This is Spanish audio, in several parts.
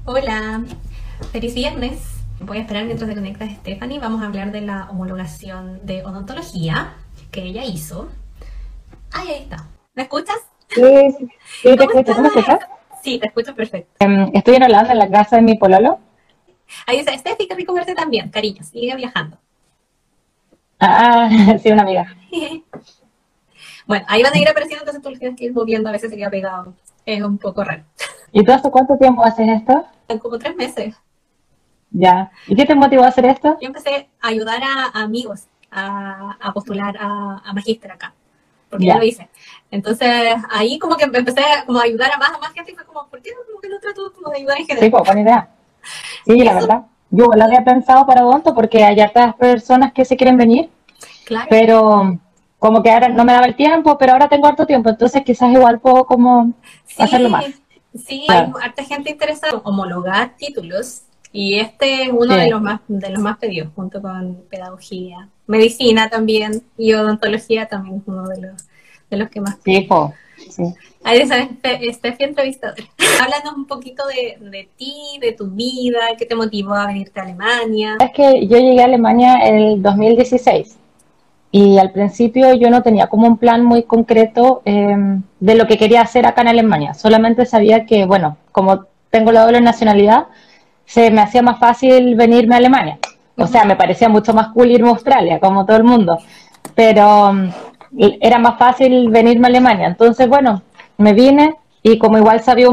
Hola, feliz viernes. Voy a esperar mientras se conecta Stephanie. Vamos a hablar de la homologación de odontología que ella hizo. Ay, ahí está. ¿Me escuchas? Sí, sí, sí, te ¿Cómo escucho, ¿tú me estás? escuchas? Sí, te escucho perfecto. Estoy en Holanda, en la casa de mi pololo. Ahí dice, Steffi, qué rico verte también. Cariño, sigue viajando. Ah, sí, una amiga. Bueno, ahí van a ir apareciendo, entonces tú lo tienes que ir moviendo. A veces se queda pegado. Es un poco raro. ¿Y tú hace cuánto tiempo haces esto? Están como 3 meses. Ya. ¿Y qué te motivó a hacer esto? Yo empecé a ayudar a amigos a postular a magíster acá, porque ya lo Ya. hice. Entonces ahí como que empecé como a ayudar a más gente y fue como, ¿por qué no, como que no trato como de ayudar en Sí, general? pues, buena idea. Sí, Y la eso, verdad. Yo lo había pensado para Odonto porque hay hartas personas que se quieren venir, claro, pero como que ahora no me daba el tiempo, pero ahora tengo harto tiempo, entonces quizás igual puedo como hacerlo más. sí, sí, hay Claro. harta gente interesada en homologar títulos y este es uno Sí, de los más pedidos, junto con pedagogía, medicina también y odontología también es uno de los que más sí, piden. pues. Sí. Ahí está Steffi entrevistadora. Háblanos un poquito de ti, de tu vida, qué te motivó a venirte a Alemania. Es que yo llegué a Alemania en el 2016. Y al principio yo no tenía como un plan muy concreto de lo que quería hacer acá en Alemania. Solamente sabía que, bueno, como tengo la doble nacionalidad, se me hacía más fácil venirme a Alemania. O sea, Ujú. me parecía mucho más cool irme a Australia, como todo el mundo. Pero era más fácil venirme a Alemania. Entonces, bueno, me vine y como igual sabía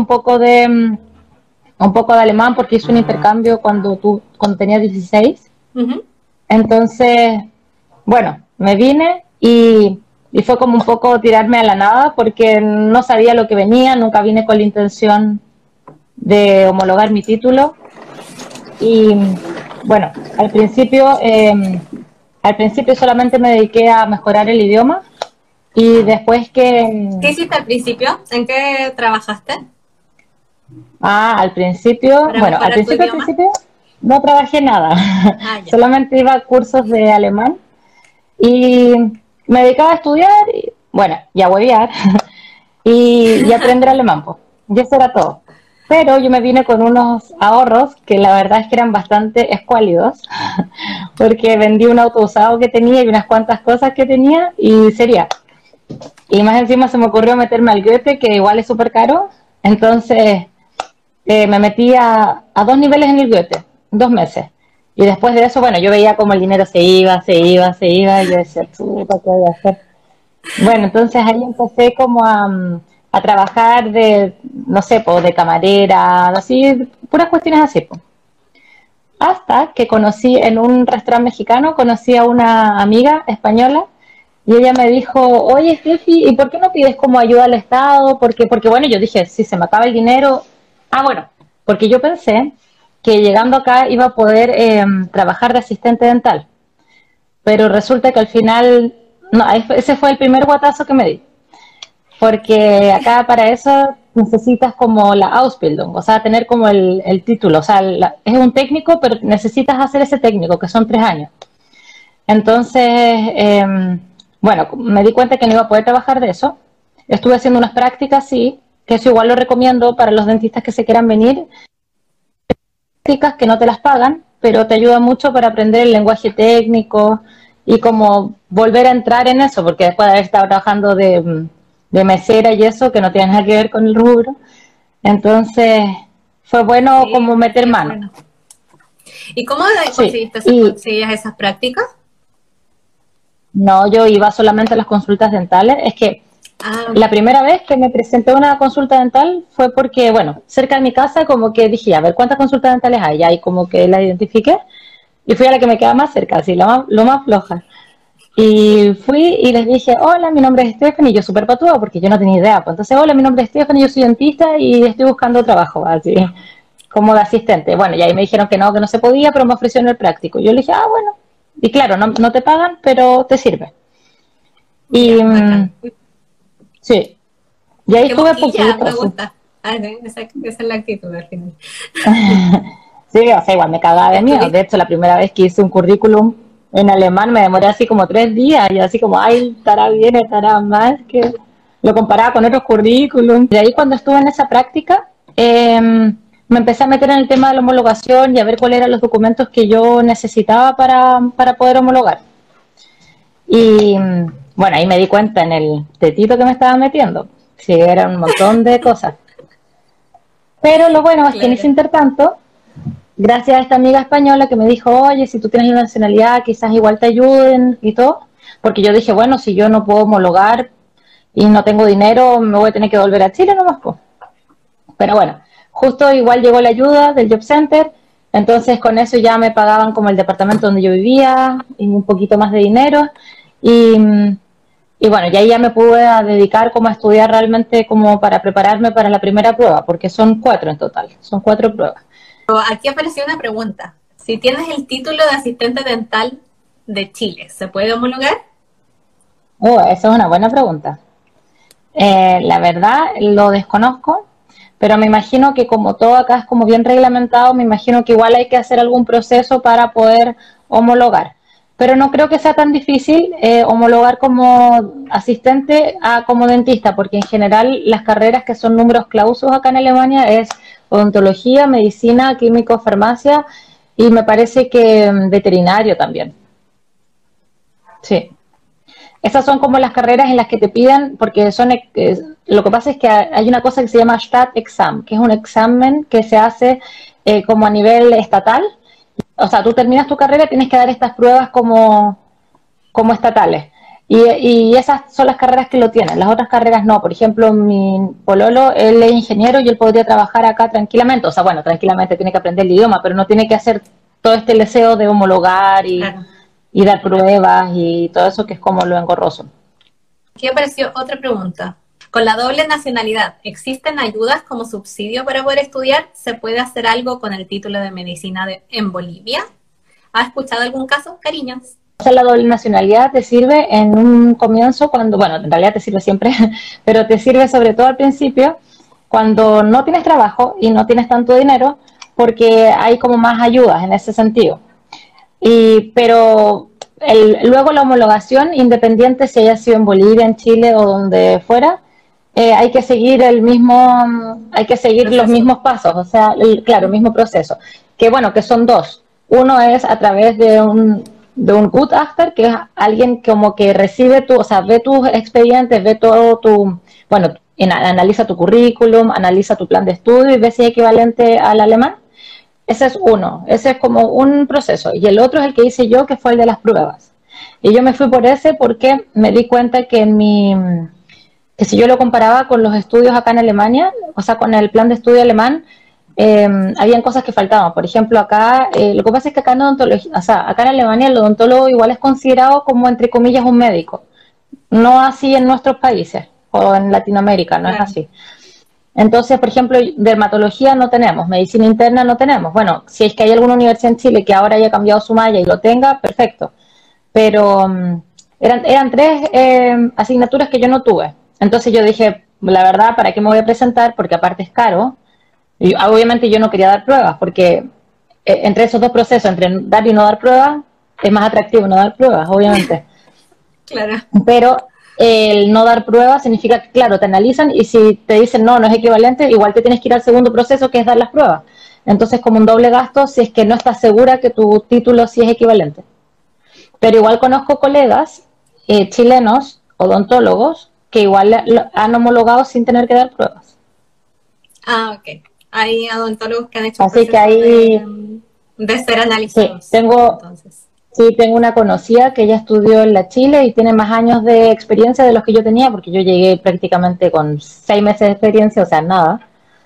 un poco de alemán porque hice un intercambio cuando tenía 16. Uh-huh. Entonces, bueno, me vine y fue como un poco tirarme a la nada porque no sabía lo que venía, nunca vine con la intención de homologar mi título y bueno, al principio solamente me dediqué a mejorar el idioma y después ¿Qué hiciste al principio? ¿En qué trabajaste al principio, para bueno, mejorar tu al idioma? principio no trabajé nada, Ah, ya. solamente iba a cursos de alemán y me dedicaba a estudiar, y, bueno, y a huevear, y aprender alemán, pues. Y eso era todo. Pero yo me vine con unos ahorros que la verdad es que eran bastante escuálidos, porque vendí un auto usado que tenía y unas cuantas cosas que tenía y sería. Y más encima se me ocurrió meterme al Goethe, que igual es súper caro. Entonces me metí a 2 niveles en el Goethe, 2 meses. Y después de eso, bueno, yo veía como el dinero se iba, se iba, se iba, y yo decía, puta, ¿qué voy a hacer? Bueno, entonces ahí empecé como a trabajar de, no sé, pues de camarera, así, puras cuestiones así, pues. Hasta que conocí en un restaurante mexicano, conocí a una amiga española y ella me dijo, oye, Steffi, ¿y por qué no pides como ayuda al Estado? Porque bueno, yo dije, si se me acaba el dinero. Ah, bueno, porque yo pensé que llegando acá iba a poder trabajar de asistente dental, pero resulta que al final, no, ese fue el primer guatazo que me di, porque acá para eso necesitas como la Ausbildung, o sea, tener como el título, o sea, es un técnico, pero necesitas hacer ese técnico, que son 3 años. Entonces, bueno, me di cuenta que no iba a poder trabajar de eso. Estuve haciendo unas prácticas, sí, que eso igual lo recomiendo para los dentistas que se quieran venir, prácticas que no te las pagan, pero te ayuda mucho para aprender el lenguaje técnico y como volver a entrar en eso, porque después de haber estado trabajando de mesera y eso, que no tiene nada que ver con el rubro, entonces fue bueno Sí, como meter sí, es mano. bueno. ¿Y cómo Sí, y conseguías esas prácticas? no, yo iba solamente a las consultas dentales, es que Ah, la primera vez que me presenté a una consulta dental fue porque, bueno, cerca de mi casa como que dije, a ver, ¿cuántas consultas dentales hay? Y como que la identifiqué y fui a la que me queda más cerca, así, lo más floja. Y fui y les dije, hola, mi nombre es Stephanie, y yo súper patúa porque yo no tenía idea. Pues entonces, hola, mi nombre es Stephanie, yo soy dentista y estoy buscando trabajo, así, como de asistente. Bueno, y ahí me dijeron que no se podía, pero me ofrecieron el práctico. Yo le dije, ah, bueno. Y claro, no te pagan, pero te sirve. ya, Y bacán. sí, y ahí Qué estuve mosquilla, poquito, me sí. gusta. Ah, sí, esa es la actitud al final. Sí, o sea, igual me cagaba de miedo. De Estuviste, hecho, la primera vez que hice un currículum en alemán me demoré así como 3 días y así como, ay, estará bien, estará mal, que lo comparaba con otros currículums. Y de ahí cuando estuve en esa práctica, me empecé a meter en el tema de la homologación y a ver cuáles eran los documentos que yo necesitaba para poder homologar. Y bueno, ahí me di cuenta en el tetito que me estaba metiendo. Sí, eran un montón de cosas. Pero lo bueno es que en ese intertanto, gracias a esta amiga española que me dijo, oye, si tú tienes una nacionalidad, quizás igual te ayuden y todo, porque yo dije, bueno, si yo no puedo homologar y no tengo dinero, me voy a tener que volver a Chile nomás, pues. Pero bueno, justo igual llegó la ayuda del Job Center, entonces con eso ya me pagaban como el departamento donde yo vivía y un poquito más de dinero y, y bueno, y ahí ya me pude dedicar como a estudiar realmente como para prepararme para la primera prueba, porque son 4 en total, son 4 pruebas. Aquí apareció una pregunta. Si tienes el título de asistente dental de Chile, ¿se puede homologar? Oh, esa es una buena pregunta. La verdad lo desconozco, pero me imagino que como todo acá es como bien reglamentado, me imagino que igual hay que hacer algún proceso para poder homologar. Pero no creo que sea tan difícil homologar como asistente a como dentista, porque en general las carreras que son números clausus acá en Alemania es odontología, medicina, químico, farmacia y me parece que veterinario también. Sí. Esas son como las carreras en las que te piden, porque son, lo que pasa es que hay una cosa que se llama Staatsexamen, que es un examen que se hace como a nivel estatal. O sea, tú terminas tu carrera y tienes que dar estas pruebas como estatales. Y esas son las carreras que lo tienen, las otras carreras no. Por ejemplo, mi pololo, él es ingeniero y él podría trabajar acá tranquilamente. O sea, bueno, tranquilamente tiene que aprender el idioma, pero no tiene que hacer todo este deseo de homologar y dar pruebas y todo eso que es como lo engorroso. Aquí apareció otra pregunta. Con la doble nacionalidad, ¿existen ayudas como subsidio para poder estudiar? ¿Se puede hacer algo con el título de medicina en Bolivia? ¿Has escuchado algún caso? Cariños. O sea, la doble nacionalidad te sirve en un comienzo cuando, bueno, en realidad te sirve siempre, pero te sirve sobre todo al principio cuando no tienes trabajo y no tienes tanto dinero porque hay como más ayudas en ese sentido. Pero luego la homologación, independiente si haya sido en Bolivia, en Chile o donde fuera, hay que seguir los mismos pasos, o sea, claro, el mismo proceso. Que bueno, que son 2. Uno es a través de un Gutachter, que es alguien como que recibe o sea, ve tus expedientes, ve todo bueno, analiza tu currículum, analiza tu plan de estudio y ve si es equivalente al alemán. Ese es uno, ese es como un proceso. Y el otro es el que hice yo, que fue el de las pruebas. Y yo me fui por ese porque me di cuenta que que si yo lo comparaba con los estudios acá en Alemania, o sea, con el plan de estudio alemán, habían cosas que faltaban. Por ejemplo, acá, lo que pasa es que acá en odontología, o sea, acá en Alemania el odontólogo igual es considerado como, entre comillas, un médico. No así en nuestros países, o en Latinoamérica, no es así. Entonces, por ejemplo, dermatología no tenemos, medicina interna no tenemos. Bueno, si es que hay alguna universidad en Chile que ahora haya cambiado su malla y lo tenga, perfecto. Pero eran 3 asignaturas que yo no tuve. Entonces yo dije, la verdad, ¿para qué me voy a presentar? Porque aparte es caro. Y obviamente yo no quería dar pruebas, porque entre esos 2 procesos, entre dar y no dar pruebas, es más atractivo no dar pruebas, obviamente. Claro. Pero el no dar pruebas significa que, claro, te analizan y si te dicen no es equivalente, igual te tienes que ir al segundo proceso, que es dar las pruebas. Entonces, como un doble gasto si es que no estás segura que tu título sí es equivalente. Pero igual conozco colegas chilenos, odontólogos, que igual han homologado sin tener que dar pruebas. Ah, ok. Hay odontólogos que han hecho así que ahí de ser analizados. Sí, tengo una conocida que ella estudió en la Chile y tiene más años de experiencia de los que yo tenía, porque yo llegué prácticamente con 6 meses de experiencia, o sea, nada.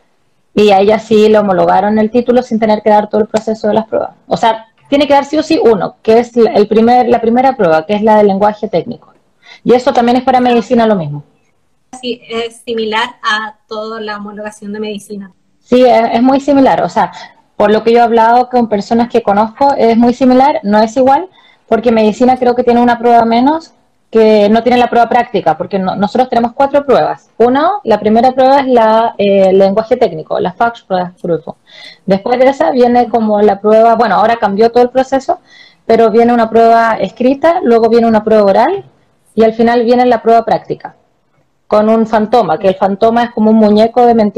Y a ella sí le homologaron el título sin tener que dar todo el proceso de las pruebas. O sea, tiene que dar sí o sí uno, que es la primera prueba, que es la del lenguaje técnico. Y eso también es para medicina lo mismo. Sí, es similar a toda la homologación de medicina. Sí, es muy similar, o sea, por lo que yo he hablado con personas que conozco, es muy similar, no es igual, porque medicina creo que tiene una prueba menos, que no tiene la prueba práctica, porque nosotros tenemos 4 pruebas. La primera prueba es el lenguaje técnico, la Fachsprachprüfung. Después de esa viene como la prueba, bueno, ahora cambió todo el proceso, pero viene una prueba escrita, luego viene una prueba oral, y al final viene la prueba práctica, con un fantoma, que el fantoma es como un muñeco de mentira,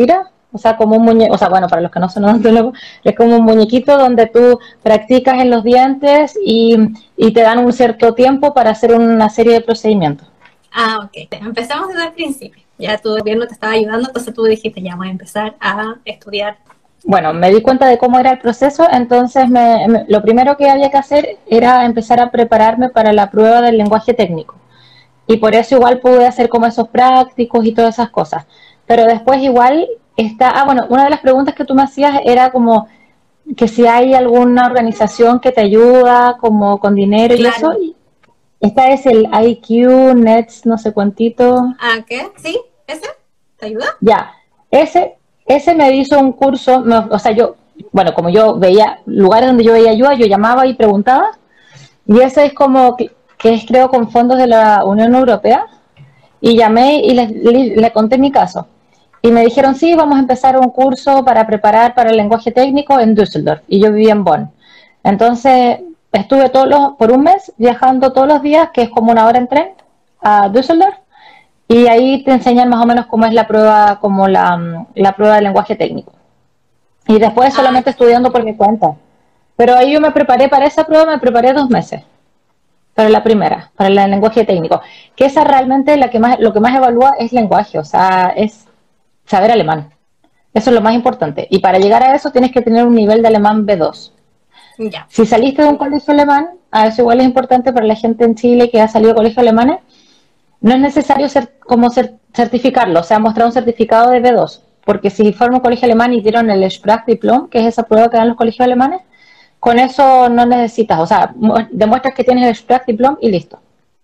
o sea, como un muñeco, o sea, bueno, para los que no son odontólogos, es como un muñequito donde tú practicas en los dientes y te dan un cierto tiempo para hacer una serie de procedimientos. Ah, ok. Empezamos desde el principio. Ya tu gobierno te estaba ayudando, entonces tú dijiste, ya voy a empezar a estudiar. Bueno, me di cuenta de cómo era el proceso, entonces lo primero que había que hacer era empezar a prepararme para la prueba del lenguaje técnico. Y por eso igual pude hacer como esos prácticos y todas esas cosas. Pero después igual bueno, una de las preguntas que tú me hacías era como que si hay alguna organización que te ayuda como con dinero y eso. Claro. Esta es el IQ, Nets, no sé cuántito. ¿Ah, qué? ¿Sí? ¿Ese? ¿Te ayuda? Ya, ese me hizo un curso, o sea, bueno, como yo veía lugares donde yo veía ayuda, yo llamaba y preguntaba, y ese es como que es creo con fondos de la Unión Europea, y llamé y le conté mi caso. Y me dijeron, sí, vamos a empezar un curso para preparar para el lenguaje técnico en Düsseldorf, y yo vivía en Bonn. Entonces, estuve por un mes viajando todos los días, que es como una hora en tren, a Düsseldorf, y ahí te enseñan más o menos cómo es la prueba, como la prueba de lenguaje técnico. Y después solamente estudiando por mi cuenta. Pero ahí yo me preparé para esa prueba, me preparé 2 meses. Para la primera, para el lenguaje técnico. Que esa realmente lo que más evalúa es lenguaje, o sea, es saber alemán. Eso es lo más importante. Y para llegar a eso tienes que tener un nivel de alemán B2. Ya. Si saliste de un colegio alemán, a eso igual es importante para la gente en Chile que ha salido de colegios alemanes, no es necesario certificarlo, o sea, mostrar un certificado de B2, porque si fueron un colegio alemán y dieron el Sprachdiplom, que es esa prueba que dan los colegios alemanes, con eso no necesitas, o sea, demuestras que tienes el Sprachdiplom y listo.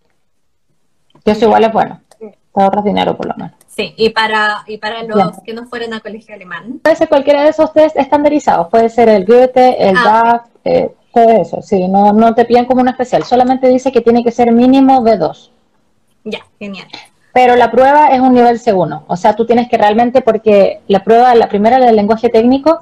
Y eso igual es bueno, te ahorras dinero por lo menos. Sí, y para los que no fueron a colegio alemán. Puede ser cualquiera de esos test estandarizados, puede ser el Goethe, el DAF, todo eso, sí, no te piden como un especial, solamente dice que tiene que ser mínimo B2. Ya, genial. Pero la prueba es un nivel C1, o sea, tú tienes que realmente, porque la primera del lenguaje técnico,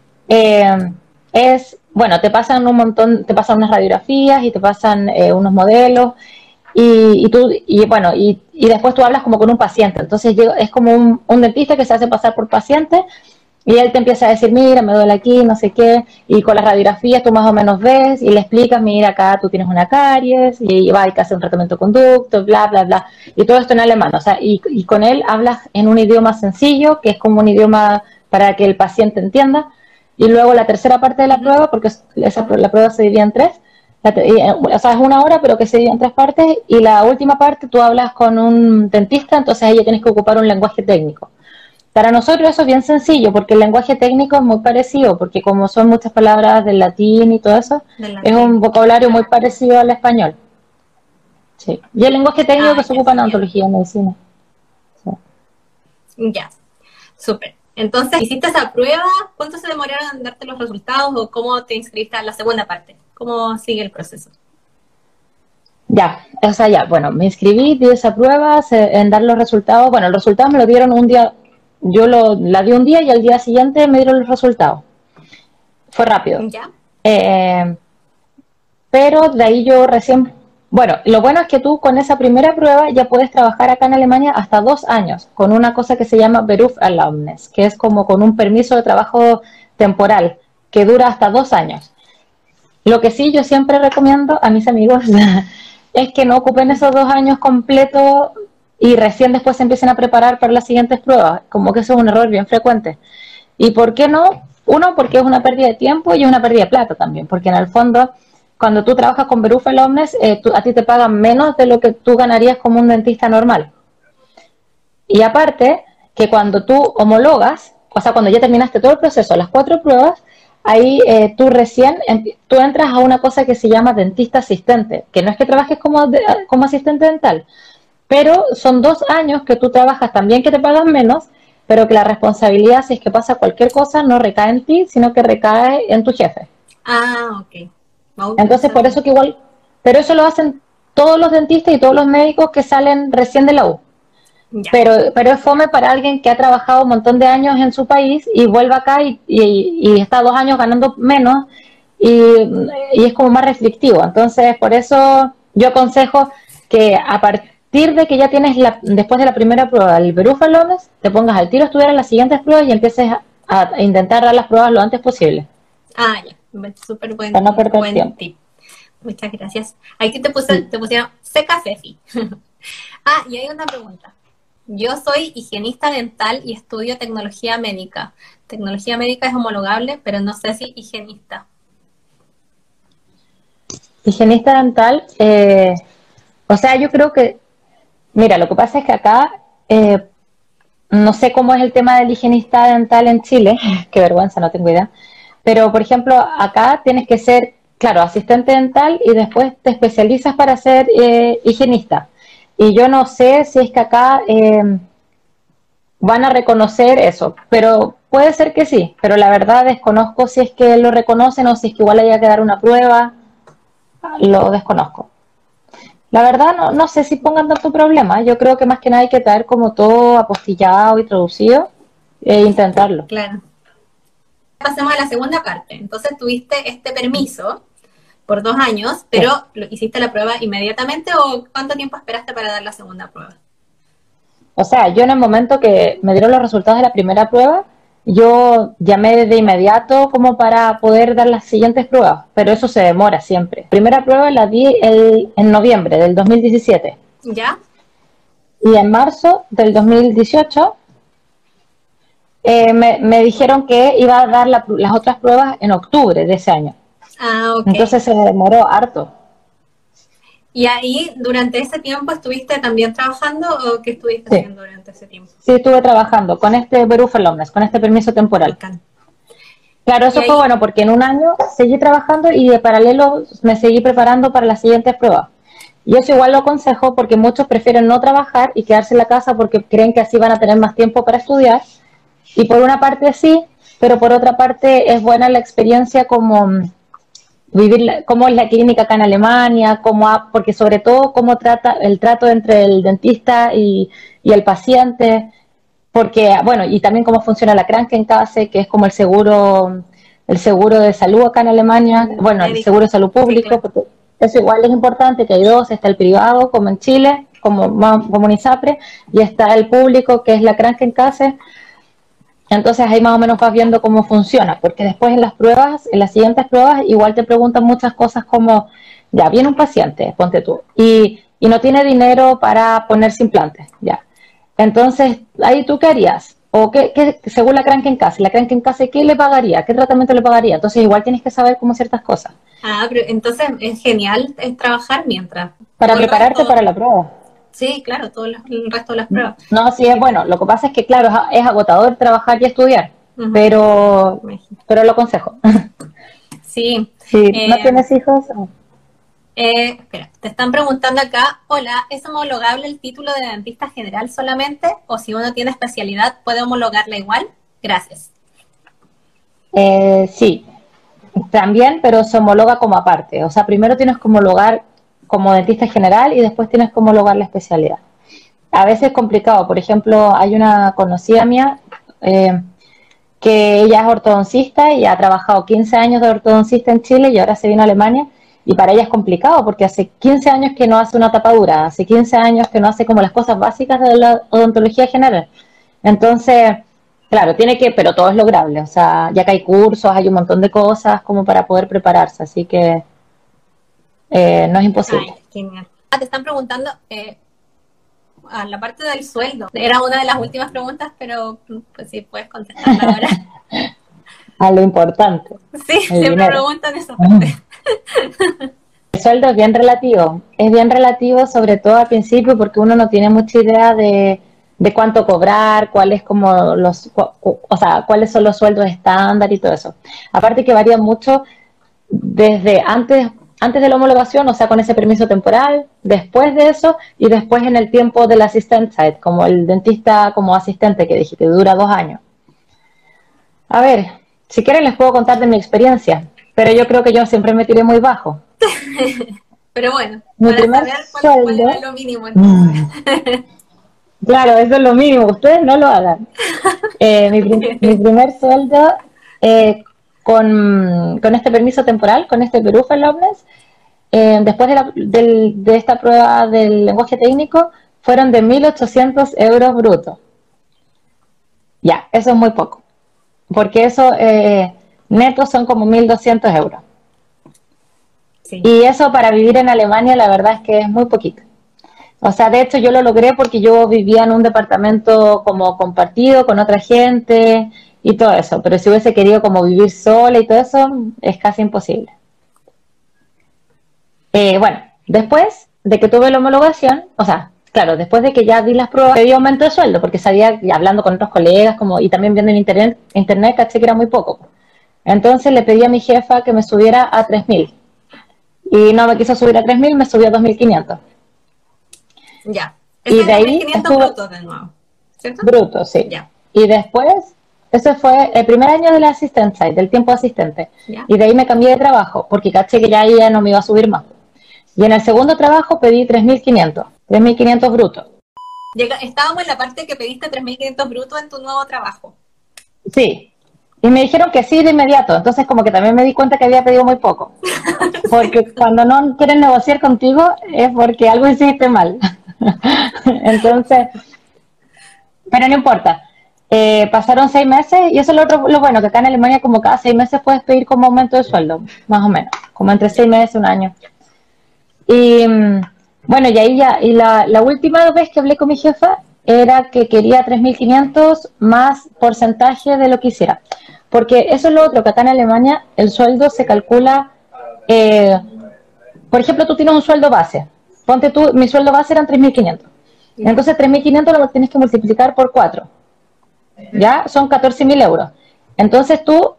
bueno, te pasan un montón, te pasan unas radiografías y te pasan unos modelos y después tú hablas como con un paciente, entonces es como un dentista que se hace pasar por paciente y él te empieza a decir, mira, me duele aquí, no sé qué, y con las radiografías tú más o menos ves y le explicas, mira, acá tú tienes una caries y hay que hacer un tratamiento de conducto, bla, bla, bla, y todo esto en alemán, o sea, y con él hablas en un idioma sencillo, que es como un idioma para que el paciente entienda, y luego la tercera parte de la prueba, porque la prueba se divide en tres, o sea, es una hora, pero que se divide en tres partes, y la última parte tú hablas con un dentista, entonces ahí ya tienes que ocupar un lenguaje técnico. Para nosotros eso es bien sencillo, porque el lenguaje técnico es muy parecido, porque como son muchas palabras del latín y todo eso, es un vocabulario muy parecido al español. Sí. Y el lenguaje técnico que se ocupa en odontología, en medicina. Sí. Ya, súper. Entonces, ¿hiciste esa prueba? ¿Cuánto se demoraron en darte los resultados o cómo te inscribiste a la segunda parte? ¿Cómo sigue el proceso? Ya, o sea, ya, bueno, me inscribí, di esa prueba, en dar los resultados. Bueno, los resultados me lo dieron un día, la di un día y al día siguiente me dieron los resultados. Fue rápido. ¿Ya? Pero de ahí yo recién... Bueno, lo bueno es que tú con esa primera prueba ya puedes trabajar acá en Alemania hasta 2 años con una cosa que se llama Berufserlaubnis, que es como con un permiso de trabajo temporal que dura hasta 2 años. Lo que sí yo siempre recomiendo a mis amigos es que no ocupen esos 2 años completos y recién después se empiecen a preparar para las siguientes pruebas, como que eso es un error bien frecuente. ¿Y por qué no? Uno, porque es una pérdida de tiempo y es una pérdida de plata también, porque en el fondo, cuando tú trabajas con Berufserlaubnis, a ti te pagan menos de lo que tú ganarías como un dentista normal. Y aparte, que cuando tú homologas, o sea, cuando ya terminaste todo el proceso, las 4 pruebas, ahí tú entras a una cosa que se llama dentista asistente, que no es que trabajes como asistente dental, pero son 2 años que tú trabajas también que te pagan menos, pero que la responsabilidad, si es que pasa cualquier cosa, no recae en ti, sino que recae en tu jefe. Ah, ok. Entonces, por eso que igual, pero eso lo hacen todos los dentistas y todos los médicos que salen recién de la U. Ya. Pero es fome para alguien que ha trabajado un montón de años en su país y vuelve acá y está 2 años ganando menos y es como más restrictivo. Entonces, por eso yo aconsejo que partir de que ya tienes, después de la primera prueba, el Perú Falones, te pongas al tiro a estudiar en las siguientes pruebas y empieces a intentar dar las pruebas lo antes posible. Ah, ya, súper Para no perder tiempo. tip. Muchas gracias. Aquí te pusieron seca Fefi. Y hay una pregunta. Yo soy higienista dental y estudio tecnología médica. Tecnología médica es homologable, pero no sé si higienista. Higienista dental, o sea, yo creo que, mira, lo que pasa es que acá, no sé cómo es el tema del higienista dental en Chile, qué vergüenza, no tengo idea, pero por ejemplo, acá tienes que ser, claro, asistente dental y después te especializas para ser higienista. Y yo no sé si es que acá van a reconocer eso, pero puede ser que sí, pero la verdad desconozco si es que lo reconocen o si es que igual haya que dar una prueba, lo desconozco. La verdad no sé si pongan tanto problema, yo creo que más que nada hay que traer como todo apostillado y traducido e intentarlo. Claro. Pasemos a la segunda parte. Entonces tuviste este permiso por 2 años, pero ¿hiciste la prueba inmediatamente o cuánto tiempo esperaste para dar la segunda prueba? O sea, yo en el momento que me dieron los resultados de la primera prueba, yo llamé de inmediato como para poder dar las siguientes pruebas, pero eso se demora siempre. La primera prueba la di en noviembre del 2017. ¿Ya? Y en marzo del 2018 me dijeron que iba a dar las otras pruebas en octubre de ese año. Ok. Entonces se demoró harto. ¿Y ahí durante ese tiempo estuviste también trabajando o qué estuviste haciendo durante ese tiempo? Sí, estuve trabajando con este Perú Falones, con este permiso temporal. Bacán. Claro, eso fue bueno porque en un año seguí trabajando y de paralelo me seguí preparando para las siguientes pruebas. Y eso igual lo aconsejo porque muchos prefieren no trabajar y quedarse en la casa porque creen que así van a tener más tiempo para estudiar. Y por una parte sí, pero por otra parte es buena la experiencia como vivir cómo es la clínica acá en Alemania, porque sobre todo cómo trata el trato entre el dentista y el paciente, porque bueno, y también cómo funciona la Krankenkasse, que es como el seguro de salud acá en Alemania, bueno, el seguro de salud público, sí, claro. Porque eso igual es importante, que hay dos, está el privado como en Chile, como en ISAPRE, y está el público que es la Krankenkasse. Entonces ahí más o menos vas viendo cómo funciona, porque después en las pruebas, en las siguientes pruebas, igual te preguntan muchas cosas como, ya, viene un paciente, ponte tú, y no tiene dinero para ponerse implantes, ya. Entonces, ahí tú qué harías, o según la Krankenkasse, ¿qué le pagaría? ¿Qué tratamiento le pagaría? Entonces igual tienes que saber como ciertas cosas. Pero entonces es genial trabajar mientras. Para prepararte para la prueba. Sí, claro, todo el resto de las pruebas. No, sí es bueno. Lo que pasa es que, claro, es agotador trabajar y estudiar, pero lo aconsejo. Sí. Si no tienes hijos... Espera, te están preguntando acá, hola, ¿es homologable el título de dentista general solamente? ¿O si uno tiene especialidad, puede homologarla igual? Gracias. Sí, también, pero se homologa como aparte. O sea, primero tienes que homologar como dentista general y después tienes que homologar la especialidad. A veces es complicado. Por ejemplo, hay una conocida mía que ella es ortodoncista y ha trabajado 15 años de ortodoncista en Chile y ahora se vino a Alemania. Y para ella es complicado porque hace 15 años que no hace una tapadura, hace 15 años que no hace como las cosas básicas de la odontología general. Entonces, claro, pero todo es lograble. O sea, ya que hay cursos, hay un montón de cosas como para poder prepararse, así que no es imposible. Ay, genial. Te están preguntando a la parte del sueldo. Era una de las últimas preguntas, pero pues sí, puedes contestarla ahora. A lo importante. Sí, siempre dinero. Preguntan esa parte. El sueldo es bien relativo sobre todo al principio porque uno no tiene mucha idea de cuánto cobrar, cuáles son los sueldos estándar y todo eso. Aparte que varía mucho desde antes de la homologación, o sea, con ese permiso temporal, después de eso y después en el tiempo del Assistenzzeit, como el dentista como asistente que dije, que dura 2 años. A ver, si quieren les puedo contar de mi experiencia, pero yo creo que yo siempre me tiré muy bajo. Pero bueno, mi primer sueldo, ¿cuál era lo mínimo entonces? Claro, eso es lo mínimo, ustedes no lo hagan. Mi primer sueldo con este permiso temporal, con este Perú Falones, después de esta prueba del lenguaje técnico, fueron de 1.800 euros brutos. Ya, eso es muy poco, porque eso netos son como 1.200 euros. Sí. Y eso para vivir en Alemania la verdad es que es muy poquito. O sea, de hecho yo lo logré porque yo vivía en un departamento como compartido con otra gente y todo eso, pero si hubiese querido como vivir sola y todo eso, es casi imposible. Bueno, después de que tuve la homologación, o sea, claro, después de que ya di las pruebas, pedí aumento de sueldo, porque sabía, hablando con otros colegas como y también viendo en internet, caché que era muy poco. Entonces le pedí a mi jefa que me subiera a 3.000. Y no me quiso subir a 3.000, me subió a 2.500. Ya. Y de ahí 2.500 brutos de nuevo, ¿cierto? Bruto, sí. Ya. Y después, ese fue el primer año de la assistant del tiempo asistente. Ya. Y de ahí me cambié de trabajo, porque caché que ya no me iba a subir más. Y en el segundo trabajo pedí 3.500 brutos. Estábamos en la parte que pediste 3.500 brutos en tu nuevo trabajo. Sí. Y me dijeron que sí de inmediato. Entonces como que también me di cuenta que había pedido muy poco. Porque cuando no quieren negociar contigo es porque algo hiciste mal. Entonces, pero no importa. Pasaron 6 meses y eso es lo bueno, que acá en Alemania como cada 6 meses puedes pedir como aumento de sueldo, más o menos. Como entre 6 meses y un año. Y bueno, y ahí ya, y la última vez que hablé con mi jefa era que quería 3.500 más porcentaje de lo que hiciera. Porque eso es lo otro, que acá en Alemania el sueldo se calcula, por ejemplo, tú tienes un sueldo base. Ponte tú, mi sueldo base eran 3.500. Entonces 3.500 lo tienes que multiplicar por 4. ¿Ya? Son 14.000 euros. Entonces tú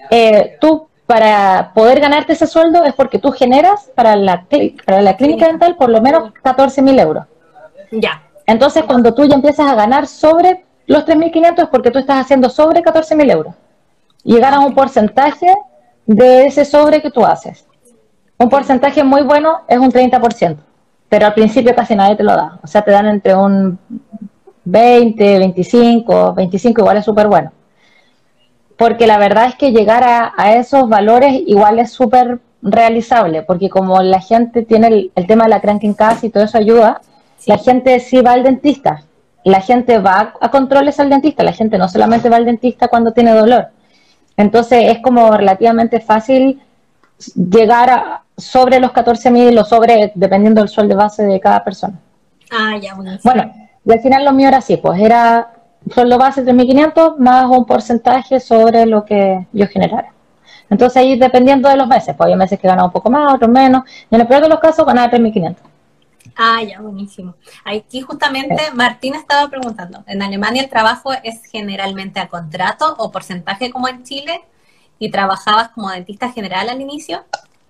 para poder ganarte ese sueldo es porque tú generas para la clínica dental por lo menos 14.000 euros. Ya. Entonces, cuando tú ya empiezas a ganar sobre los 3.500 es porque tú estás haciendo sobre 14.000 euros. Y ganas un porcentaje de ese sobre que tú haces. Un porcentaje muy bueno es un 30%, pero al principio casi nadie te lo da. O sea, te dan entre un 20, 25 igual es súper bueno. Porque la verdad es que llegar a esos valores igual es súper realizable, porque como la gente tiene el tema de la Krankenkasse y todo eso ayuda, sí. La gente sí va al dentista, la gente va a controles al dentista, la gente no solamente va al dentista cuando tiene dolor. Entonces es como relativamente fácil llegar sobre los 14.000 o sobre, dependiendo del sueldo base de cada persona. Ah, ya, buenísimo. Bueno, y al final lo mío era así, pues era sueldo base 3.500 más un porcentaje sobre lo que yo generara. Entonces ahí dependiendo de los meses, pues había meses que ganaba un poco más, otros menos, y en el peor de los casos ganaba 3.500. Ah, ya, buenísimo. Aquí justamente Martín estaba preguntando, ¿en Alemania el trabajo es generalmente a contrato o porcentaje como en Chile? ¿Y trabajabas como dentista general al inicio?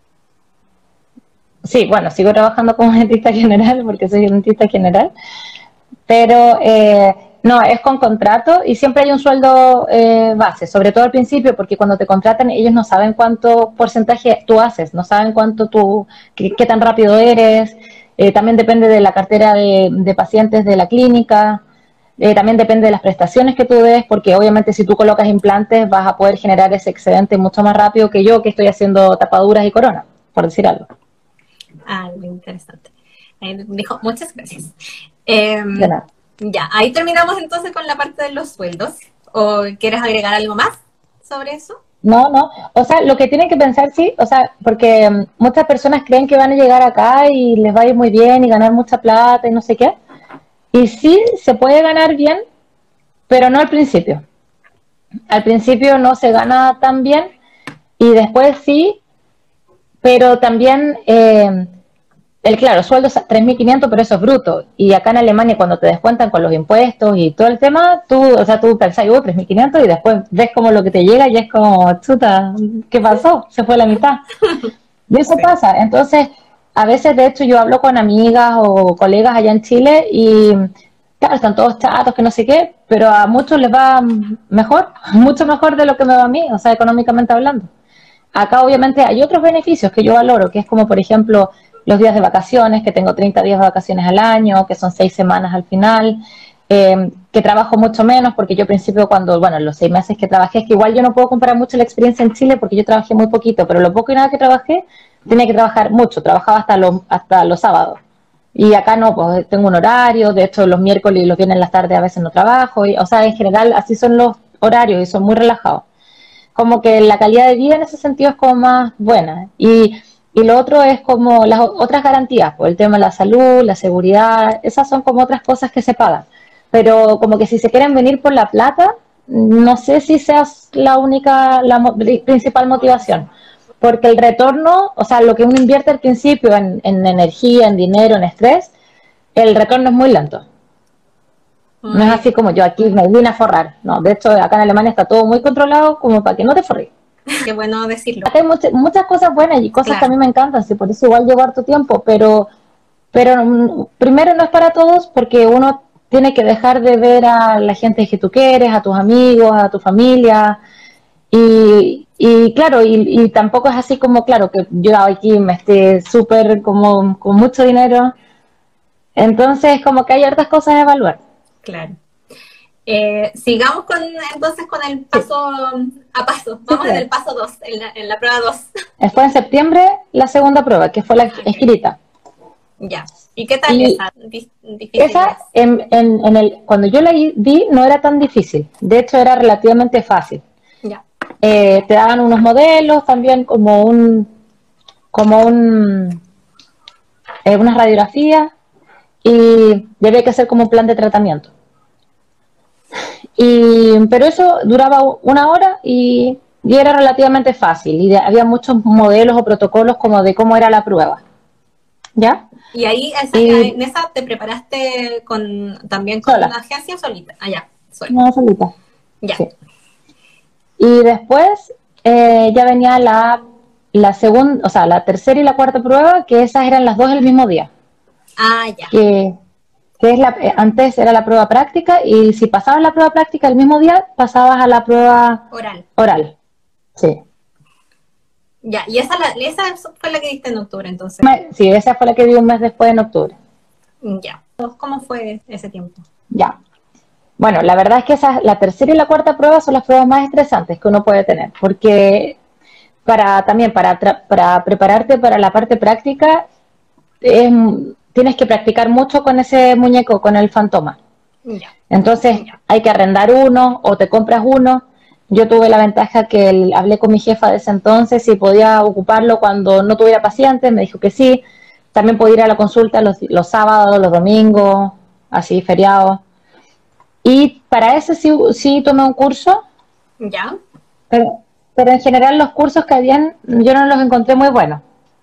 Sí, bueno, sigo trabajando como dentista general porque soy dentista general, pero no, es con contrato y siempre hay un sueldo base, sobre todo al principio, porque cuando te contratan ellos no saben cuánto porcentaje tú haces, no saben cuánto qué tan rápido eres, también depende de la cartera de pacientes de la clínica, también depende de las prestaciones que tú des, porque obviamente si tú colocas implantes vas a poder generar ese excedente mucho más rápido que yo que estoy haciendo tapaduras y corona, por decir algo. Ah, muy interesante. Dijo, muchas gracias. De nada. Ya, ahí terminamos entonces con la parte de los sueldos. ¿O quieres agregar algo más sobre eso? No, o sea, lo que tienen que pensar, sí, o sea, porque muchas personas creen que van a llegar acá y les va a ir muy bien y ganar mucha plata y no sé qué. Y sí, se puede ganar bien, pero no al principio. Al principio no se gana tan bien y después sí, pero también... claro, sueldo es 3.500, pero eso es bruto. Y acá en Alemania, cuando te descuentan con los impuestos y todo el tema, tú pensás, 3.500 y después ves como lo que te llega y es como, chuta, ¿qué pasó? Se fue la mitad. Y eso pasa. Entonces, a veces, de hecho, yo hablo con amigas o colegas allá en Chile y, claro, están todos chatos, que no sé qué, pero a muchos les va mejor, mucho mejor de lo que me va a mí, o sea, económicamente hablando. Acá, obviamente, hay otros beneficios que yo valoro, que es como, por ejemplo, los días de vacaciones, que tengo 30 días de vacaciones al año, que son 6 semanas al final, que trabajo mucho menos, porque yo al principio los 6 meses que trabajé, es que igual yo no puedo comparar mucho la experiencia en Chile porque yo trabajé muy poquito, pero lo poco y nada que trabajé, tenía que trabajar mucho, trabajaba hasta los sábados. Y acá no, pues tengo un horario, de hecho los miércoles y los viernes en las tardes a veces no trabajo, o sea, en general así son los horarios y son muy relajados. Como que la calidad de vida en ese sentido es como más buena. Y lo otro es como las otras garantías, pues el tema de la salud, la seguridad, esas son como otras cosas que se pagan. Pero como que si se quieren venir por la plata, no sé si sea la única, principal motivación. Porque el retorno, o sea, lo que uno invierte al principio en energía, en dinero, en estrés, el retorno es muy lento. No es así como yo aquí me vine a forrar. No, de hecho, acá en Alemania está todo muy controlado como para que no te forres. Qué bueno decirlo. Acá hay muchas cosas buenas y cosas que a mí me encantan, sí, por eso igual llevo harto tiempo, pero primero no es para todos porque uno tiene que dejar de ver a la gente que tú quieres, a tus amigos, a tu familia, y claro, y tampoco es así como, claro, que yo aquí me esté súper como con mucho dinero, entonces como que hay hartas cosas a evaluar. Claro. Sigamos entonces con el paso a paso. Vamos en el paso 2, en la prueba 2. Fue en septiembre la segunda prueba, que fue la escrita. Ya. ¿Y qué tal esa? Difícil. Esa, cuando yo la di, no era tan difícil. De hecho, era relativamente fácil. Ya. Te daban unos modelos, también como unas radiografías, y había que hacer como un plan de tratamiento. Pero eso duraba 1 hora y era relativamente fácil. Y había muchos modelos o protocolos como de cómo era la prueba. ¿Ya? Y ahí, en esa te preparaste también con sola. Una agencia o solita. Ya, sola. No, solita. Ya. Sí. Y después ya venía la segunda, o sea, la tercera y la cuarta prueba, que esas eran las dos el mismo día. Ya. Que es antes era la prueba práctica, y si pasabas la prueba práctica el mismo día, pasabas a la prueba oral. Sí. Ya, y esa fue la que diste en octubre, entonces. Sí, esa fue la que di un mes después, en octubre. Ya. ¿Cómo fue ese tiempo? Ya. Bueno, la verdad es que la tercera y la cuarta prueba son las pruebas más estresantes que uno puede tener, porque para prepararte para la parte práctica, tienes que practicar mucho con ese muñeco, con el Fantoma. Ya. Entonces hay que arrendar uno o te compras uno. Yo tuve la ventaja que hablé con mi jefa de ese entonces si podía ocuparlo cuando no tuviera pacientes, me dijo que sí. También podía ir a la consulta los sábados, los domingos, así, feriados. Y para ese sí tomé un curso. Ya. Pero en general los cursos que habían, yo no los encontré muy buenos.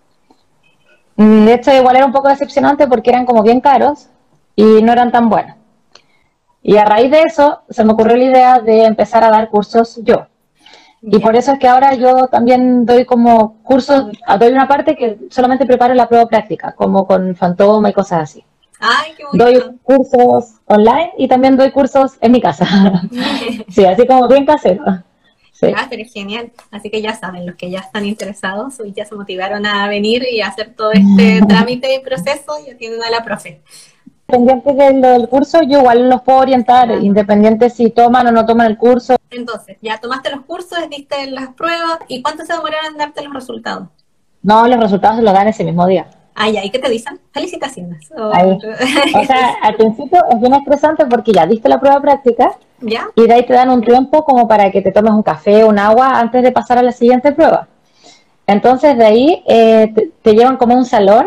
De hecho, igual era un poco decepcionante porque eran como bien caros y no eran tan buenos. Y a raíz de eso se me ocurrió la idea de empezar a dar cursos yo. Y por eso es que ahora yo también doy como cursos, doy una parte que solamente preparo la prueba práctica, como con Fantoma y cosas así. Ay, qué bonito. Doy cursos online y también doy cursos en mi casa. Sí, así como bien casero. Sí. Pero es genial. Así que ya saben, los que ya están interesados y ya se motivaron a venir y a hacer todo este trámite y proceso, ya tienen a la profe. Independiente del curso, yo igual los puedo orientar, independiente si toman o no toman el curso. Entonces, ya tomaste los cursos, diste las pruebas, ¿y cuánto se demoraron en darte los resultados? No, los resultados se los dan ese mismo día. ¿Y qué te dicen? Felicitaciones. O sea, al principio es bien estresante porque ya diste la prueba práctica. ¿Ya? Y de ahí te dan un tiempo como para que te tomes un café o un agua antes de pasar a la siguiente prueba. Entonces de ahí te llevan como a un salón.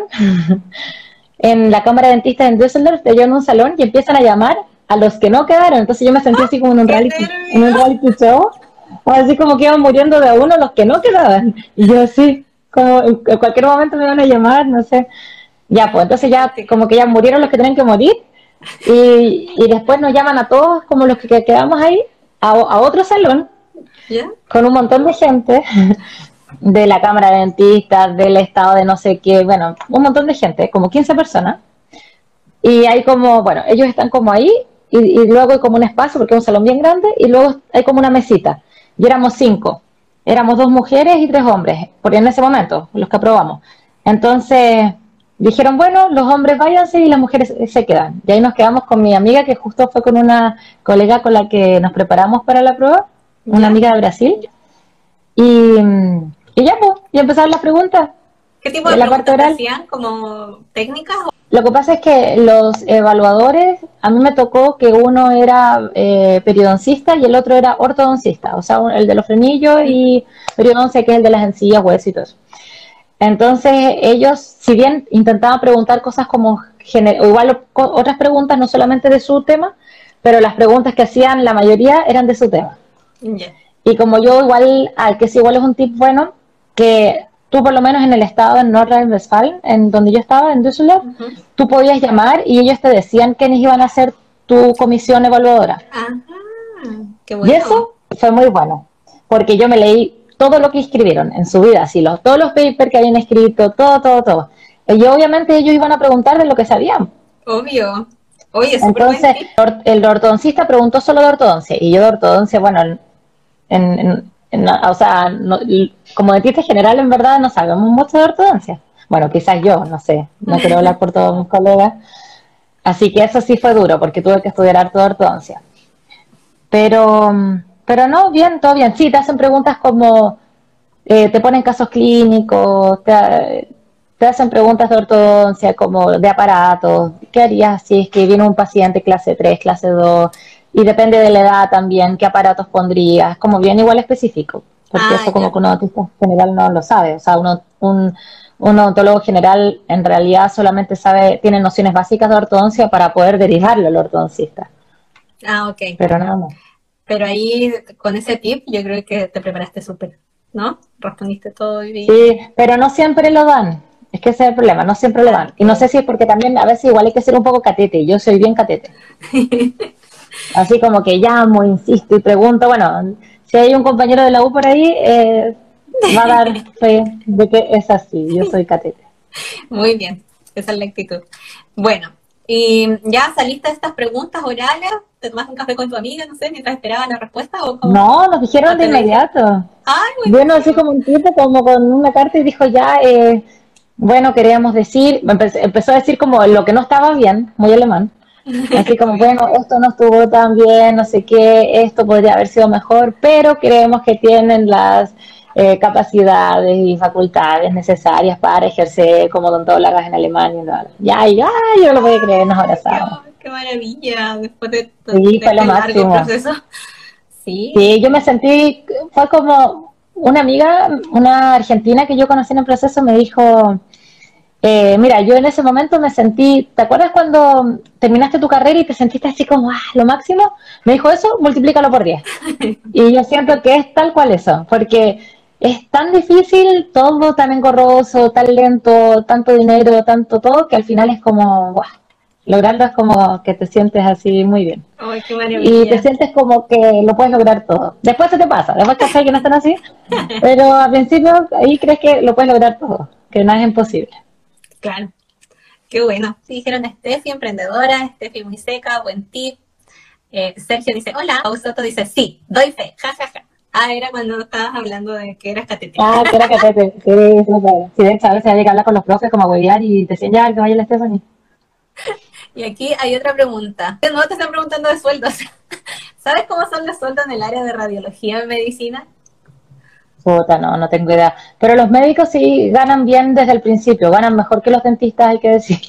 En la cámara de dentistas en Düsseldorf te llevan a un salón y empiezan a llamar a los que no quedaron. Entonces yo me sentí así como en un reality show, o así como que iban muriendo de a uno los que no quedaban. Y yo así, como en cualquier momento me van a llamar, no sé. Ya, pues entonces ya como que ya murieron los que tenían que morir. Y después nos llaman a todos, como los que quedamos ahí, a otro salón, con un montón de gente de la cámara de dentistas, del estado de no sé qué, bueno, un montón de gente, como 15 personas. Y hay como, bueno, ellos están como ahí, y luego hay como un espacio, porque es un salón bien grande, y luego hay como una mesita. Y éramos 5, éramos 2 mujeres y 3 hombres, porque en ese momento, los que aprobamos. Entonces dijeron, bueno, los hombres váyanse y las mujeres se quedan. Y ahí nos quedamos con mi amiga, que justo fue con una colega con la que nos preparamos para la prueba, una amiga de Brasil. Y ya, pues, ya empezaron las preguntas. ¿Qué tipo de la parte preguntas te oral. hacían? ¿Como técnicas? Lo que pasa es que los evaluadores, a mí me tocó que uno era periodoncista y el otro era ortodoncista, o sea, el de los frenillos y periodoncia, que es el de las encías, huesos y todo eso. Entonces ellos, si bien intentaban preguntar cosas como, o igual otras preguntas, no solamente de su tema, pero las preguntas que hacían la mayoría eran de su tema. Yeah. Y como yo igual, que si igual es un tip bueno, que tú por lo menos en el estado de Nordrhein-Westfalen, en donde yo estaba, en Düsseldorf, tú podías llamar y ellos te decían quiénes iban a ser tu comisión evaluadora. Ajá, qué Y bueno. eso fue muy bueno, porque yo me leí todo lo que escribieron en su vida, así, todos los papers que habían escrito, todo. Y obviamente ellos iban a preguntar de lo que sabían. Obvio. Oye, súper buen Entonces, tip. el ortodoncista preguntó solo de ortodoncia, y yo de ortodoncia, bueno, o sea, no, como dentista general en verdad no sabemos mucho de ortodoncia. Bueno, quizás yo, no sé, no quiero hablar por todos mis colegas. Así que eso sí fue duro, porque tuve que estudiar harto de ortodoncia. Pero no, bien, todo bien. Sí, te hacen preguntas como, te ponen casos clínicos, te hacen preguntas de ortodoncia, como de aparatos. ¿Qué harías si es que viene un paciente clase 3, clase 2? Y depende de la edad también, qué aparatos pondrías, como bien igual específico. Porque eso como Ya. que un odontista general no lo sabe. O sea, un odontólogo general en realidad solamente sabe, tiene nociones básicas de ortodoncia para poder derivarlo al ortodoncista. Ok. Pero nada más. Pero ahí, con ese tip, yo creo que te preparaste súper, ¿no? Respondiste todo bien. Sí, pero no siempre lo dan. Es que ese es el problema, no siempre lo dan. Y no sé si es porque también a veces igual hay que ser un poco catete. Yo soy bien catete. Así como que llamo, insisto y pregunto. Bueno, si hay un compañero de la U por ahí, va a dar fe de que es así. Yo soy catete. Muy bien, esa es la actitud. Bueno, y ya saliste de estas preguntas orales, te tomaste un café con tu amiga, no sé, mientras esperabas la respuesta o cómo. No, nos dijeron de Te lo dije. inmediato. Ay, Bueno, así buenísimo. como un tipo, como con una carta y dijo ya, bueno, queríamos decir, empezó a decir como lo que no estaba bien, muy alemán. Así como, Obvio. bueno, esto no estuvo tan bien, no sé qué, esto podría haber sido mejor, pero creemos que tienen las capacidades y facultades necesarias para ejercer como odontólogas en Alemania. Ya, yo no lo podía creer, nos abrazamos. Qué maravilla, después de Sí, fue lo este largo máximo. proceso. Sí. Sí, yo me sentí, fue como una amiga, una argentina que yo conocí en el proceso, me dijo, mira, yo en ese momento me sentí, ¿te acuerdas cuando terminaste tu carrera y te sentiste así como, lo máximo? Me dijo eso, multiplícalo por 10. Y yo siento que es tal cual eso, porque es tan difícil, todo tan engorroso, tan lento, tanto dinero, tanto todo, que al final es como, ¡guau! Lograrlo es como que te sientes así muy bien. Ay, qué Y te maravilla. sientes como que lo puedes lograr todo. Después se te pasa, después cachai que no están así, pero al principio ahí crees que lo puedes lograr todo, que nada es imposible. Claro, qué bueno. Sí, dijeron Steffi, emprendedora, Steffi muy seca, buen tip. Sergio dice, hola. Pausoto dice, sí, doy fe, jajaja. Era cuando estabas hablando de que eras catete. Que era que te sí, súper. Sí, de hecho, a veces hay que hablar con los profes como a huevear y te decían, ya, que vaya la Stephanie. Y aquí hay otra pregunta. De nuevo te están preguntando de sueldos. ¿Sabes cómo son los sueldos en el área de radiología y medicina? Puta, no tengo idea. Pero los médicos sí ganan bien desde el principio, ganan mejor que los dentistas, hay que decir.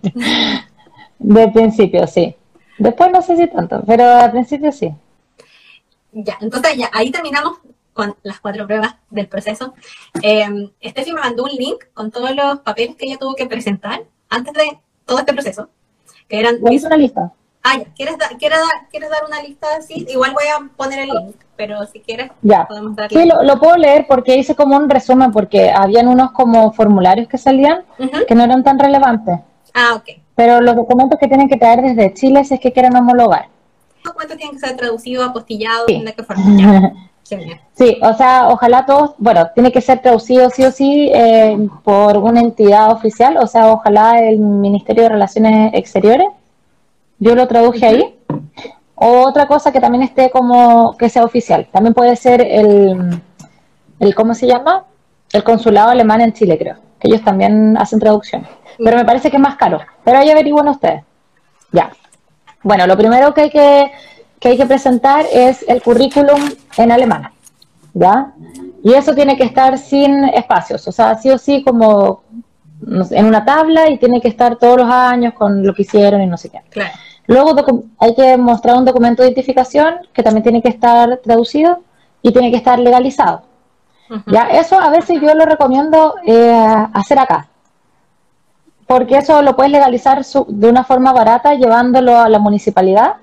Del principio, sí. Después no sé si tanto, pero al principio sí. Ya, entonces ya, ahí terminamos con las 4 pruebas del proceso. Steffi me mandó un link con todos los papeles que ella tuvo que presentar antes de todo este proceso, que eran... ¿Cuál una lista? Ya, ¿quieres dar una lista así? Igual voy a poner el link, pero si quieres Ya. podemos darle. Sí, lo puedo leer porque hice como un resumen, porque habían unos como formularios que salían que no eran tan relevantes. Ok. Pero los documentos que tienen que traer desde Chile si es que quieren homologar. Los documentos tienen que ser traducidos, apostillados, Sí. en la que forma. Genial. Sí, o sea, ojalá todos, bueno, tiene que ser traducido sí o sí por una entidad oficial, o sea, ojalá el Ministerio de Relaciones Exteriores, yo lo traduje ahí, o otra cosa que también esté como que sea oficial, también puede ser ¿cómo se llama? El consulado alemán en Chile, creo, que ellos también hacen traducciones, pero me parece que es más caro, pero ahí averigüen ustedes. Ya, bueno, lo primero que hay que presentar es el currículum en alemán, ¿ya? Y eso tiene que estar sin espacios, o sea, sí o sí como no sé, en una tabla y tiene que estar todos los años con lo que hicieron y no sé qué. Claro. Luego hay que mostrar un documento de identificación que también tiene que estar traducido y tiene que estar legalizado. Ya, eso a veces yo lo recomiendo hacer acá, porque eso lo puedes legalizar de una forma barata llevándolo a la municipalidad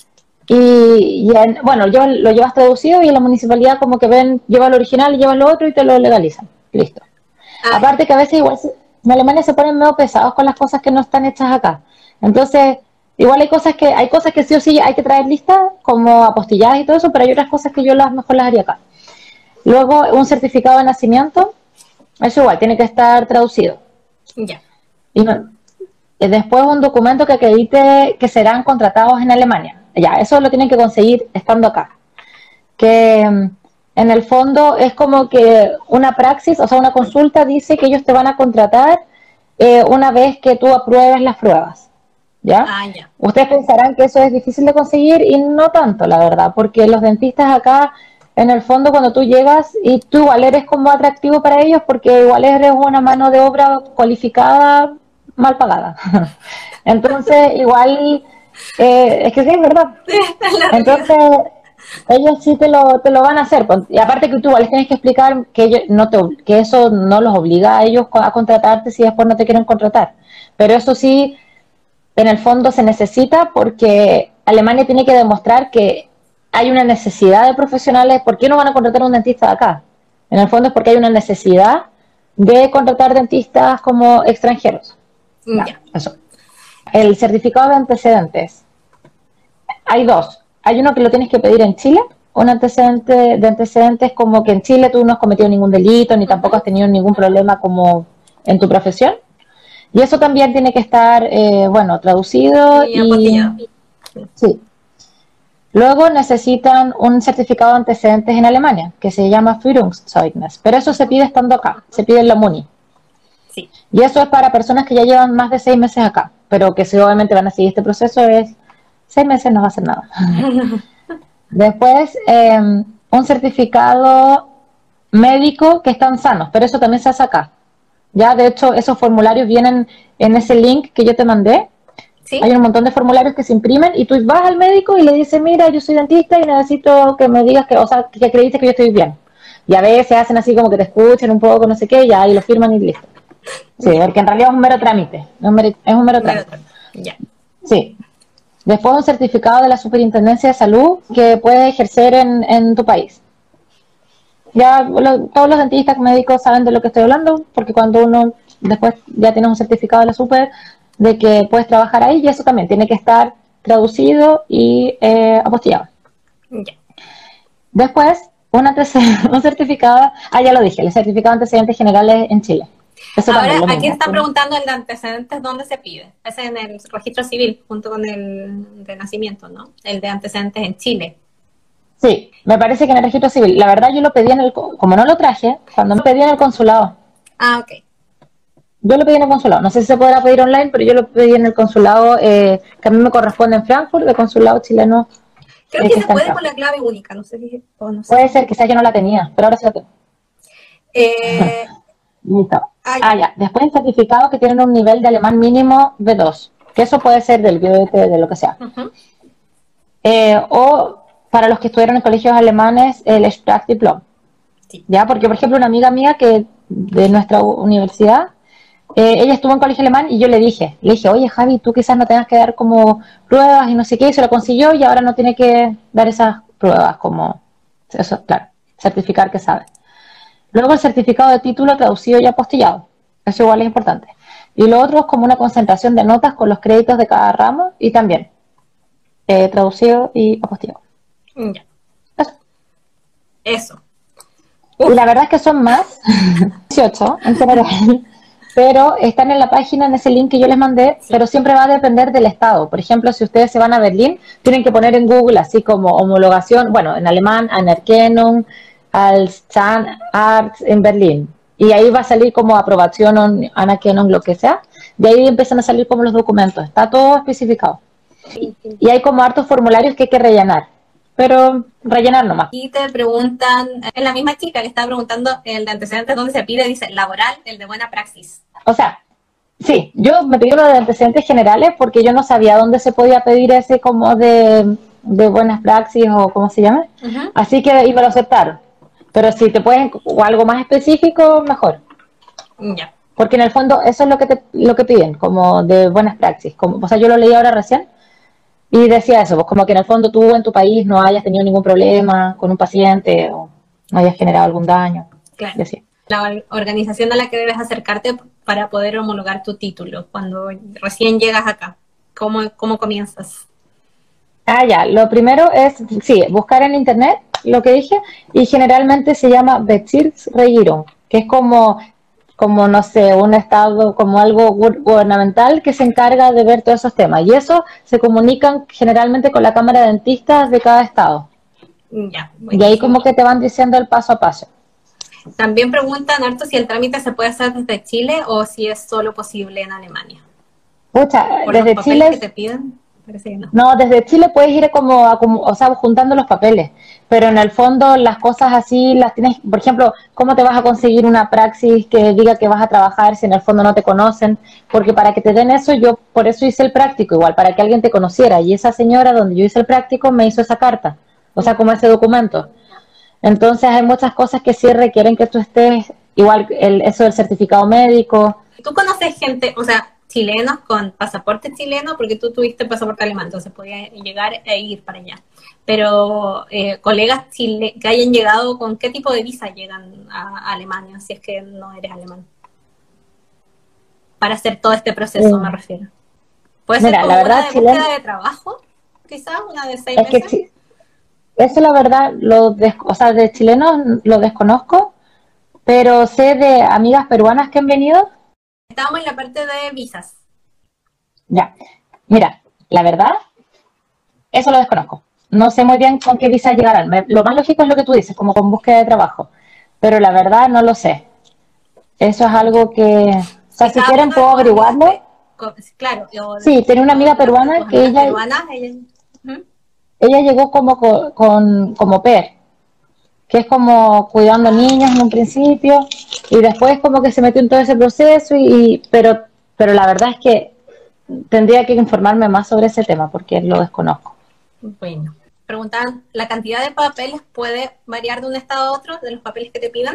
bueno, lo llevas traducido y en la municipalidad como que ven, lleva lo original y lleva lo otro y te lo legalizan. Listo. Aparte que a veces igual en Alemania se ponen medio pesados con las cosas que no están hechas acá. Entonces, igual hay cosas que sí o sí hay que traer listas, como apostilladas y todo eso, pero hay otras cosas que yo mejor las haría acá. Luego, un certificado de nacimiento, eso igual, tiene que estar traducido. Ya. Y después un documento que acredite que serán contratados en Alemania. Ya, eso lo tienen que conseguir estando acá. Que en el fondo es como que una praxis, o sea, una consulta dice que ellos te van a contratar una vez que tú apruebes las pruebas. ¿Ya? Ya. Ustedes pensarán que eso es difícil de conseguir y no tanto, la verdad, porque los dentistas acá, en el fondo, cuando tú llegas y tú igual eres como atractivo para ellos porque igual eres una mano de obra cualificada, mal pagada. Entonces, igual, es que sí, es verdad. Entonces, ellos sí te lo van a hacer. Y aparte que tú igual les tienes que explicar que, que eso no los obliga a ellos a contratarte si después no te quieren contratar. Pero eso sí, en el fondo se necesita porque Alemania tiene que demostrar que hay una necesidad de profesionales. ¿Por qué no van a contratar a un dentista de acá? En el fondo es porque hay una necesidad de contratar dentistas como extranjeros. Ya. Eso. El certificado de antecedentes. Hay dos. Hay uno que lo tienes que pedir en Chile, un antecedente de antecedentes como que en Chile tú no has cometido ningún delito ni tampoco has tenido ningún problema como en tu profesión. Y eso también tiene que estar, traducido y sí. Luego necesitan un certificado de antecedentes en Alemania, que se llama Führungszeugnis, pero eso se pide estando acá, se pide en la MUNI. Sí. Y eso es para personas que ya llevan más de 6 meses acá, pero que si obviamente van a seguir este proceso 6 meses no va a hacer nada. Después, un certificado médico que están sanos, pero eso también se hace acá. Ya, de hecho, esos formularios vienen en ese link que yo te mandé. ¿Sí? Hay un montón de formularios que se imprimen y tú vas al médico y le dices, mira, yo soy dentista y necesito que me digas que acredites que yo estoy bien. Y a veces hacen así como que te escuchen un poco, no sé qué, ya, y lo firman y listo. Sí, porque en realidad es un mero trámite. Es un mero trámite. Ya. Sí. Después un certificado de la Superintendencia de Salud que puedes ejercer en tu país. Ya todos los dentistas médicos saben de lo que estoy hablando, porque cuando uno después ya tienes un certificado de la super de que puedes trabajar ahí, y eso también tiene que estar traducido y apostillado. Ya. Después, un certificado, ya lo dije, el certificado de antecedentes generales en Chile. Eso ahora, también, aquí están preguntando el de antecedentes, ¿dónde se pide? Es en el registro civil, junto con el de nacimiento, ¿no? El de antecedentes en Chile. Sí, me parece que en el registro civil. La verdad yo lo pedí como no lo traje, cuando me pedí en el consulado. Ah, ok. Yo lo pedí en el consulado. No sé si se podrá pedir online, pero yo lo pedí en el consulado que a mí me corresponde en Frankfurt, el consulado chileno. Creo que se puede con la clave única, no sé si... no sé. Puede ser, quizás yo no la tenía, pero ahora sí la tengo. Listo. Ya. Después hay certificados que tienen un nivel de alemán mínimo B2, que eso puede ser del BOET, de lo que sea. O para los que estudiaron en colegios alemanes, el Sprachdiplom. Sí. Ya, porque por ejemplo una amiga mía que de nuestra universidad, ella estuvo en colegio alemán y yo le dije, oye Javi, tú quizás no tengas que dar como pruebas y no sé qué, y se lo consiguió y ahora no tiene que dar esas pruebas como, eso, claro, certificar que sabe. Luego el certificado de título traducido y apostillado, eso igual es importante. Y lo otro es como una concentración de notas con los créditos de cada ramo y también traducido y apostillado. Ya. Eso. Y la verdad es que son más, 18 en general, pero están en la página, en ese link que yo les mandé, pero siempre va a depender del estado. Por ejemplo, si ustedes se van a Berlín, tienen que poner en Google así como homologación, bueno, en alemán, Anerkennung als Zahnarzt en Berlín. Y ahí va a salir como aprobación, Anerkennung, lo que sea. De ahí empiezan a salir como los documentos. Está todo especificado. Y hay como hartos formularios que hay que rellenar. pero rellenar nomás. Y te preguntan, es la misma chica que estaba preguntando el de antecedentes donde se pide, dice laboral, el de buena praxis. O sea, sí, yo me pedí lo de antecedentes generales porque yo no sabía dónde se podía pedir ese como de buenas praxis o cómo se llama. Así que, y me lo aceptaron. Pero si te pueden, o algo más específico, mejor. Ya. Porque en el fondo eso es lo que piden, como de buenas praxis. Como, o sea, yo lo leí ahora recién y decía eso, pues como que en el fondo tú en tu país no hayas tenido ningún problema con un paciente o no hayas generado algún daño. Claro. Decía. La organización a la que debes acercarte para poder homologar tu título cuando recién llegas acá. ¿Cómo comienzas? Ah, ya. Lo primero es, sí, buscar en internet lo que dije y generalmente se llama Bezirksregierung, que es como, no sé, un estado, como algo gubernamental que se encarga de ver todos esos temas. Y eso se comunican generalmente con la Cámara de Dentistas de cada estado. Ya, y ahí como que te van diciendo el paso a paso. También preguntan harto si el trámite se puede hacer desde Chile o si es solo posible en Alemania. Pucha, ¿Por desde los Chile... que te piden? Parece que no. No, desde Chile puedes ir como, o sea, juntando los papeles, pero en el fondo las cosas así las tienes, por ejemplo, ¿cómo te vas a conseguir una praxis que diga que vas a trabajar si en el fondo no te conocen? Porque para que te den eso, yo por eso hice el práctico, igual, para que alguien te conociera, y esa señora donde yo hice el práctico me hizo esa carta, o sea, como ese documento. Entonces hay muchas cosas que sí requieren que tú estés, igual eso del certificado médico. ¿Tú conoces gente, o sea, chilenos con pasaporte chileno? Porque tú tuviste pasaporte alemán, entonces podías llegar e ir para allá. Pero colegas que hayan llegado, ¿con qué tipo de visa llegan a Alemania, si es que no eres alemán? Para hacer todo este proceso, me refiero. ¿Puede ser como la verdad, una de búsqueda de trabajo? Quizás una de 6 meses. Que eso la verdad, o sea, de chilenos lo desconozco, pero sé de amigas peruanas que han venido. Estábamos en la parte de visas. Ya, mira, la verdad, eso lo desconozco. No sé muy bien con qué visas llegarán. Lo más lógico es lo que tú dices, como con búsqueda de trabajo. Pero la verdad no lo sé. Eso es algo que... O sea, si quieren puedo averiguarlo. Claro. Sí, tenía una amiga peruana que ella llegó como PER, que es como cuidando niños en un principio, y después como que se metió en todo ese proceso, pero la verdad es que tendría que informarme más sobre ese tema, porque lo desconozco. Bueno, preguntan, ¿la cantidad de papeles puede variar de un estado a otro, de los papeles que te pidan?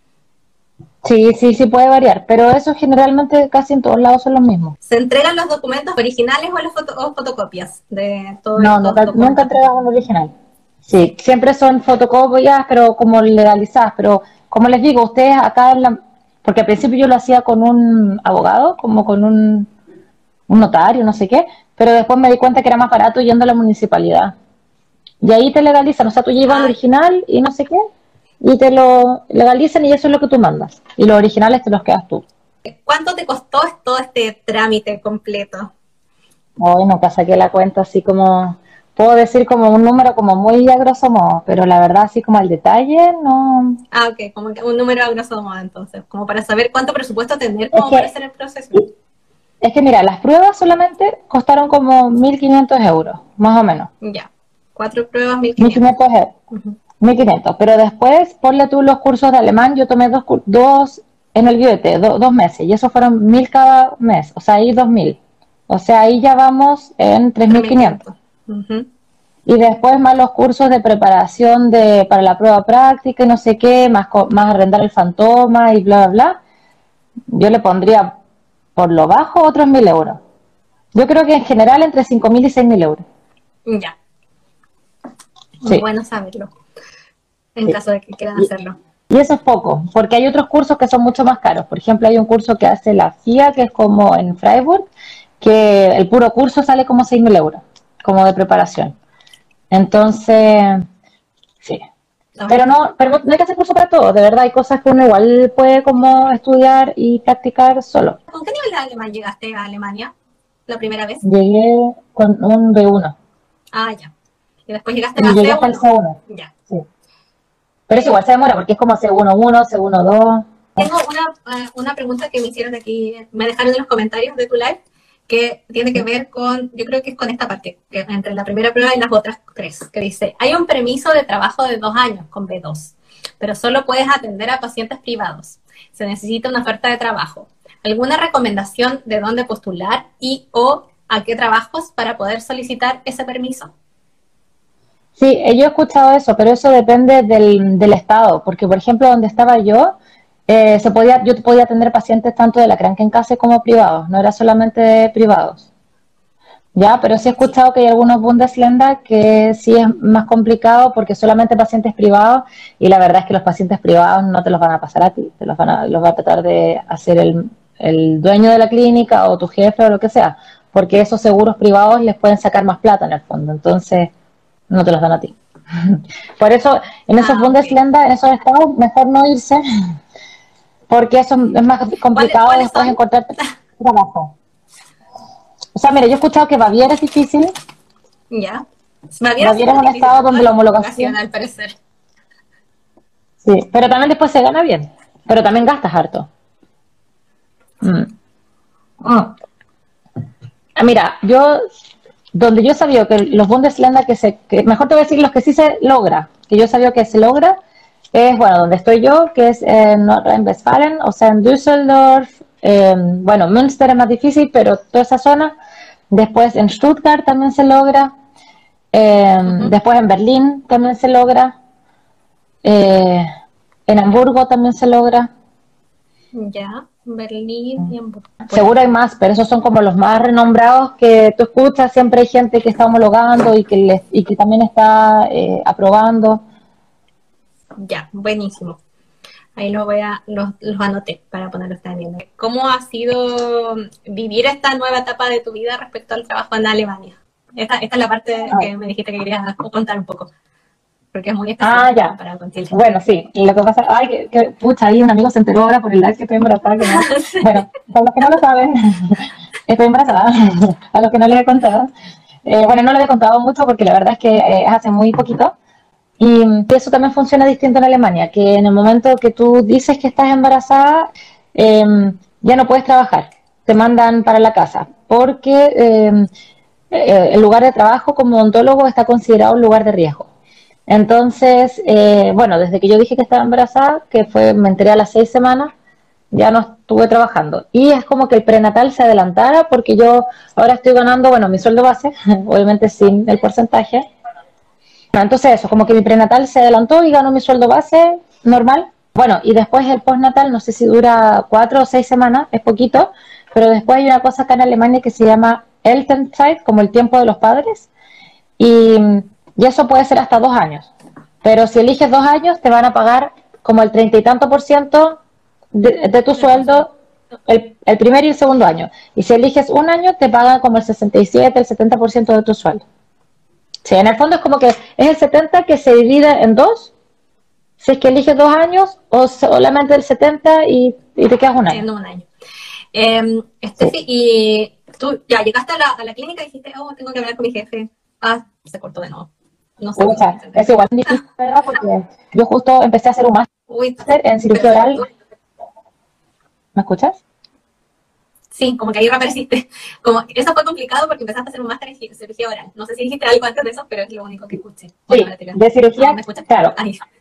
Sí puede variar, pero eso generalmente casi en todos lados son los mismos. ¿Se entregan los documentos originales o las fotocopias de todo No, nunca entregas un original. Sí, siempre son fotocopias, pero como legalizadas. Pero como les digo, ustedes acá, porque al principio yo lo hacía con un abogado, como con un notario, no sé qué, pero después me di cuenta que era más barato yendo a la municipalidad. Y ahí te legalizan, o sea, tú llevas el original y no sé qué, y te lo legalizan y eso es lo que tú mandas. Y los originales te los quedas tú. ¿Cuánto te costó todo este trámite completo? Hoy nunca saqué la cuenta así como... Puedo decir como un número como muy a grosso modo, pero la verdad así como al detalle, no... Ah, ok, como que un número a grosso modo entonces, como para saber cuánto presupuesto tener como para hacer el proceso. Es que mira, las pruebas solamente costaron como 1.500 euros, más o menos. Ya, 4 pruebas, 1.500 euros. 1.500, pero después ponle tú los cursos de alemán, yo tomé dos en el Goethe, 2 meses, y eso fueron 1.000 cada mes, o sea, ahí 2.000. O sea, ahí ya vamos en 3.500. Y después más los cursos de preparación para la prueba práctica y no sé qué, más arrendar el fantoma y bla, bla, bla. Yo le pondría por lo bajo otros 1.000 euros. Yo creo que en general entre 5.000 y 6.000 euros. Ya. Sí. Bueno saberlo, en caso de que quieran hacerlo. Y eso es poco, porque hay otros cursos que son mucho más caros. Por ejemplo, hay un curso que hace la FIA, que es como en Freiburg, que el puro curso sale como 6.000 euros, como de preparación. Entonces, sí. Pero no hay que hacer curso para todo, de verdad, hay cosas que uno igual puede como estudiar y practicar solo. ¿Con qué nivel de alemán llegaste a Alemania la primera vez? Llegué con un B1. Ah, ya. Y después llegaste a C1. Llegué hasta el C1. Ya. Sí. Pero es igual se demora porque es como C1-1, C1-2. Tengo una pregunta que me hicieron aquí, me dejaron en los comentarios de tu live, que tiene que ver con, yo creo que es con esta parte, que entre la primera prueba y las otras 3, que dice, hay un permiso de trabajo de 2 años con B2, pero solo puedes atender a pacientes privados. Se necesita una oferta de trabajo. ¿Alguna recomendación de dónde postular y o a qué trabajos para poder solicitar ese permiso? Sí, yo he escuchado eso, pero eso depende del estado, porque por ejemplo donde estaba yo, yo podía atender pacientes tanto de la Krankenkasse como privados, no era solamente privados. Ya, pero sí he escuchado que hay algunos Bundesländer que sí es más complicado porque solamente pacientes privados, y la verdad es que los pacientes privados no te los van a pasar a ti, los va a tratar de hacer el dueño de la clínica o tu jefe o lo que sea, porque esos seguros privados les pueden sacar más plata en el fondo, entonces no te los dan a ti. Por eso, en esos Bundesländer, en esos estados, mejor no irse, porque eso es más complicado después encontrar trabajo. O sea, mira, yo he escuchado que Baviera es difícil. Ya. Baviera es un estado donde la homologación... al parecer. Sí, pero también después se gana bien. Pero también gastas harto. Mira, donde yo sabía que los Bundesländer mejor te voy a decir los que sí se logra, que yo sabía que se logra, es, bueno, donde estoy yo, que es en Nordrhein-Westfalen, o sea, en Düsseldorf, bueno, Münster es más difícil, pero toda esa zona. Después en Stuttgart también se logra. Después en Berlín también se logra. En Hamburgo también se logra. Ya, Berlín y Hamburgo. Seguro hay más, pero esos son como los más renombrados que tú escuchas. Siempre hay gente que está homologando y que también está aprobando. Ya, buenísimo. Ahí los anoté para ponerlos también. ¿Cómo ha sido vivir esta nueva etapa de tu vida respecto al trabajo en Alemania? Esta es la parte que me dijiste que querías contar un poco, porque es muy especial ya. para contigo. Bueno, sí, lo que pasa, pucha, ahí un amigo se enteró ahora por el live que estoy embarazada. Sí. Bueno, para los que no lo saben, estoy embarazada, a los que no les he contado. Bueno, no les he contado mucho porque la verdad es que es hace muy poquito. Y eso también funciona distinto en Alemania, que en el momento que tú dices que estás embarazada, ya no puedes trabajar, te mandan para la casa, porque el lugar de trabajo como odontólogo está considerado un lugar de riesgo. Entonces, bueno, desde que yo dije que estaba embarazada, me enteré a las 6 semanas, ya no estuve trabajando. Y es como que el prenatal se adelantara, porque yo ahora estoy ganando, bueno, mi sueldo base, obviamente sin el porcentaje. Entonces eso, como que mi prenatal se adelantó y ganó mi sueldo base normal. Bueno, y después el postnatal, no sé si dura 4 o 6 semanas, es poquito, pero después hay una cosa acá en Alemania que se llama Elternzeit, como el tiempo de los padres, y eso puede ser hasta 2 años. Pero si eliges 2 años, te van a pagar como el 30 y tanto % de tu sueldo el primer y el segundo año. Y si eliges 1 año, te pagan como el 67, el 70% de tu sueldo. Sí, en el fondo es como que es el 70 que se divide en 2, si es que eliges 2 años, o solamente el 70 y te quedas 1 año. En 1 año. Steffi, sí. Y tú ya llegaste a la clínica y dijiste, tengo que hablar con mi jefe. Se cortó de nuevo. No sé. Es igual difícil, ¿verdad? Porque yo justo empecé a hacer un máster en cirugía oral. ¿Me escuchas? Sí, como que ahí reapareciste. Como, eso fue complicado porque empezaste a hacer un máster en cirugía oral. No sé si dijiste algo antes de eso, pero es lo único que escuché. Sí, de cirugía, ¿me escuchas? Claro.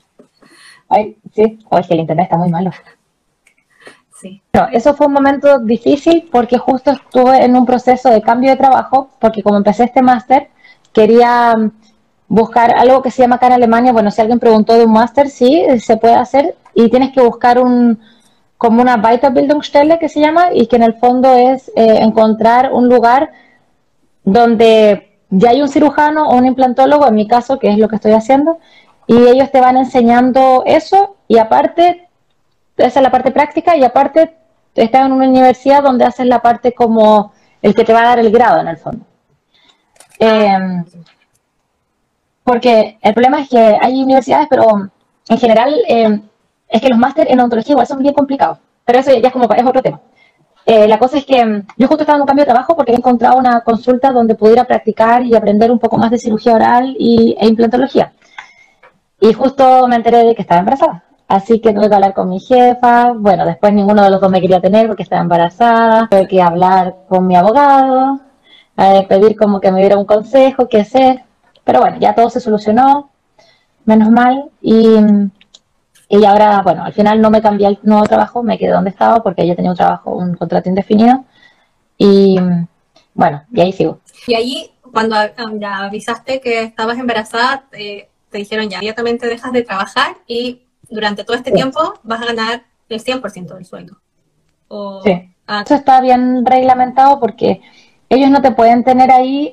Sí. Oye, el internet está muy malo. Sí. No, eso fue un momento difícil porque justo estuve en un proceso de cambio de trabajo, porque como empecé este máster, quería buscar algo que se llama acá en Alemania, bueno, si alguien preguntó de un máster, sí, se puede hacer, y tienes que buscar como una Weiterbildungsstelle que se llama, y que en el fondo es encontrar un lugar donde ya hay un cirujano o un implantólogo, en mi caso, que es lo que estoy haciendo, y ellos te van enseñando eso, y aparte, esa es la parte práctica, y aparte estás en una universidad donde haces la parte como el que te va a dar el grado en el fondo. Porque el problema es que hay universidades, pero en general es que los másteres en odontología igual son bien complicados, pero eso ya es otro tema. La cosa es que yo justo estaba en un cambio de trabajo porque he encontrado una consulta donde pudiera practicar y aprender un poco más de cirugía oral e implantología. Y justo me enteré de que estaba embarazada. Así que tuve que hablar con mi jefa. Bueno, después ninguno de los dos me quería tener porque estaba embarazada. Tuve que hablar con mi abogado, pedir como que me diera un consejo, qué hacer. Pero bueno, ya todo se solucionó, menos mal. Y ahora, bueno, al final no me cambié al nuevo trabajo, me quedé donde estaba porque ya tenía un trabajo, un contrato indefinido. Y bueno, y ahí sigo. Y ahí, cuando ya avisaste que estabas embarazada, te dijeron ya, inmediatamente dejas de trabajar y durante todo este tiempo vas a ganar el 100% del sueldo. Sí. Eso está bien reglamentado porque ellos no te pueden tener ahí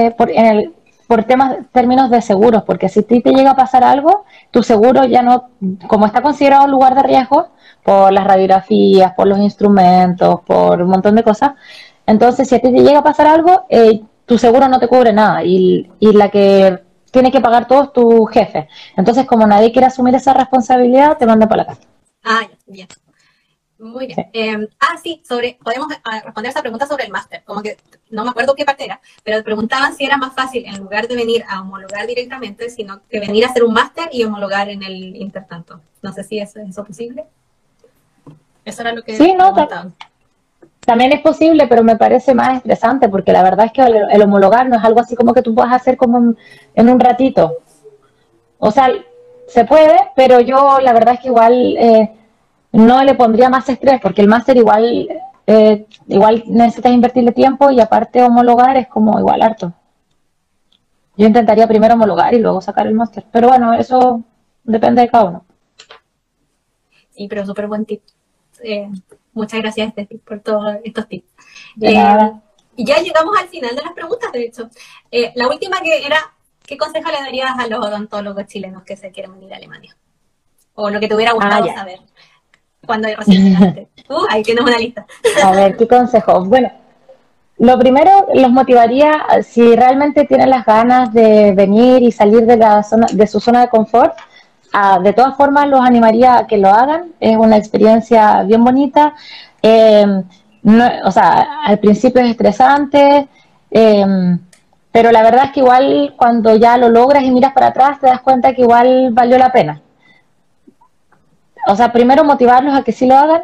por términos de seguros, porque si a ti te llega a pasar algo, tu seguro ya no, como está considerado un lugar de riesgo, por las radiografías, por los instrumentos, por un montón de cosas, entonces si a ti te llega a pasar algo, tu seguro no te cubre nada y la que tiene que pagar todo es tu jefe. Entonces, como nadie quiere asumir esa responsabilidad, te manda para la casa. Ah, ya, bien. Muy bien. Sí. Podemos responder esa pregunta sobre el máster. Como que no me acuerdo qué parte era, pero preguntaban si era más fácil en lugar de venir a homologar directamente, sino que venir a hacer un máster y homologar en el intertanto. No sé si eso es posible. Eso era lo que preguntaban. También es posible, pero me parece más estresante porque la verdad es que el homologar no es algo así como que tú puedas hacer como en un ratito. O sea, se puede, pero yo la verdad es que igual no le pondría más estrés porque el máster igual necesitas invertirle tiempo y aparte homologar es como igual harto. Yo intentaría primero homologar y luego sacar el máster, pero bueno, eso depende de cada uno. Sí, pero súper buen tip. Muchas gracias, Steffi, por todos estos tips. Y ya llegamos al final de las preguntas, de hecho. La última que era, ¿qué consejo le darías a los odontólogos chilenos que se quieren venir a Alemania? O lo que te hubiera gustado saber cuando recién llegaste. Ahí tienes una lista. A ver, ¿qué consejo? Bueno, lo primero los motivaría, si realmente tienen las ganas de venir y salir de su zona de confort, de todas formas los animaría a que lo hagan. Es una experiencia bien bonita. O sea, al principio es estresante, pero la verdad es que igual cuando ya lo logras y miras para atrás te das cuenta que igual valió la pena. O sea, primero motivarlos a que sí lo hagan.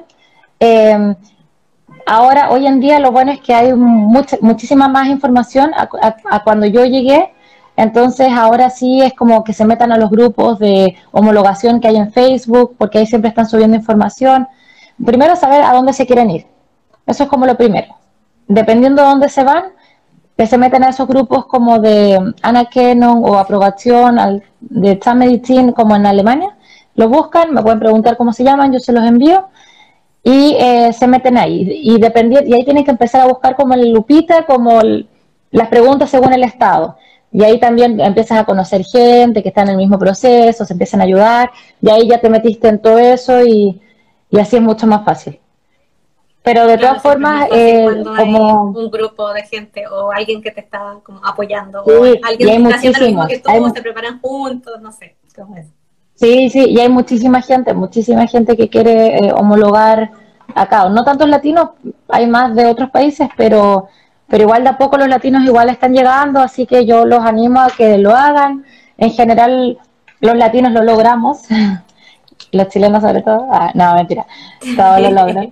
Ahora, hoy en día, lo bueno es que hay muchísima más información a cuando yo llegué. Entonces, ahora sí es como que se metan a los grupos de homologación que hay en Facebook, porque ahí siempre están subiendo información. Primero, saber a dónde se quieren ir. Eso es como lo primero. Dependiendo de dónde se van, que se meten a esos grupos como de Anerkennung o aprobación de Zahnmedizin, como en Alemania. Lo buscan, me pueden preguntar cómo se llaman, yo se los envío y se meten ahí. Y ahí tienen que empezar a buscar como en lupita, como las preguntas según el estado. Y ahí también empiezas a conocer gente que está en el mismo proceso, se empiezan a ayudar, y ahí ya te metiste en todo eso y así es mucho más fácil. Pero de todas formas, cuando hay un grupo de gente o alguien que te está como apoyando, sí, o alguien que está haciendo lo mismo que tú, se preparan juntos, no sé, cómo es. Sí, y hay muchísima gente que quiere homologar acá. No tantos latinos, hay más de otros países, pero igual de a poco los latinos igual están llegando, así que yo los animo a que lo hagan. En general, los latinos lo logramos. Los chilenos sobre todo. No, mentira. Todos lo logran.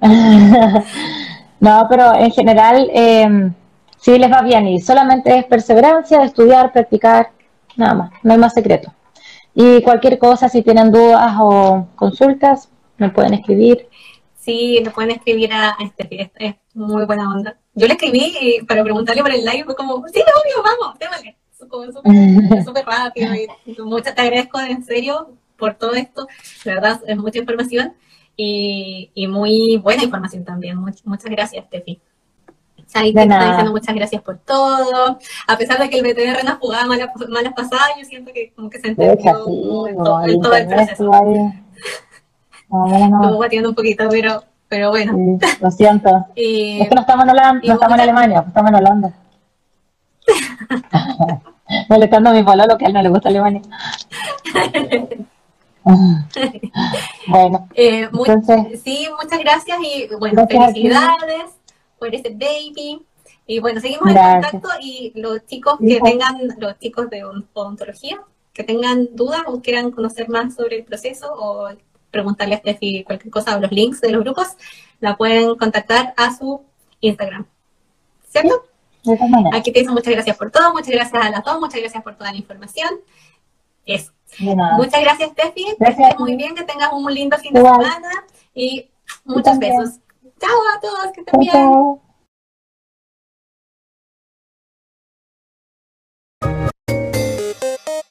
No, pero en general sí les va bien y solamente es perseverancia, estudiar, practicar, nada más. No hay más secreto. Y cualquier cosa, si tienen dudas o consultas, me pueden escribir. Sí, me pueden escribir a Steffi, es muy buena onda. Yo le escribí para preguntarle por el live, fue como, sí, obvio, vamos, démosle. Súper rápido y te agradezco en serio por todo esto. De verdad, es mucha información y muy buena información también. Muchas gracias, Steffi. Ahí te está diciendo muchas gracias por todo. A pesar de que el BTR nos jugaba malas pasadas, yo siento que como que se entendió todo el proceso. Estuvo batiendo un poquito, pero bueno. Sí, lo siento. Es que no estamos en Holanda, no estamos en Alemania, estamos en Holanda. Molestando a mi pololo que a él no le gusta Alemania. Bueno, entonces, sí, muchas gracias y bueno, felicidades por ese baby. Y bueno, seguimos en contacto y los chicos los chicos de odontología, que tengan dudas o quieran conocer más sobre el proceso o preguntarle a Steffi cualquier cosa o los links de los grupos, la pueden contactar a su Instagram. ¿Cierto? De todas maneras. Aquí te dice muchas gracias por todo, muchas gracias a las dos, muchas gracias por toda la información. Eso. De nada. Muchas gracias, Steffi. Gracias. Que estés muy bien, que tengas un lindo fin de Igual. semana y muchos besos. Chao a todos, que estén bien. Chao.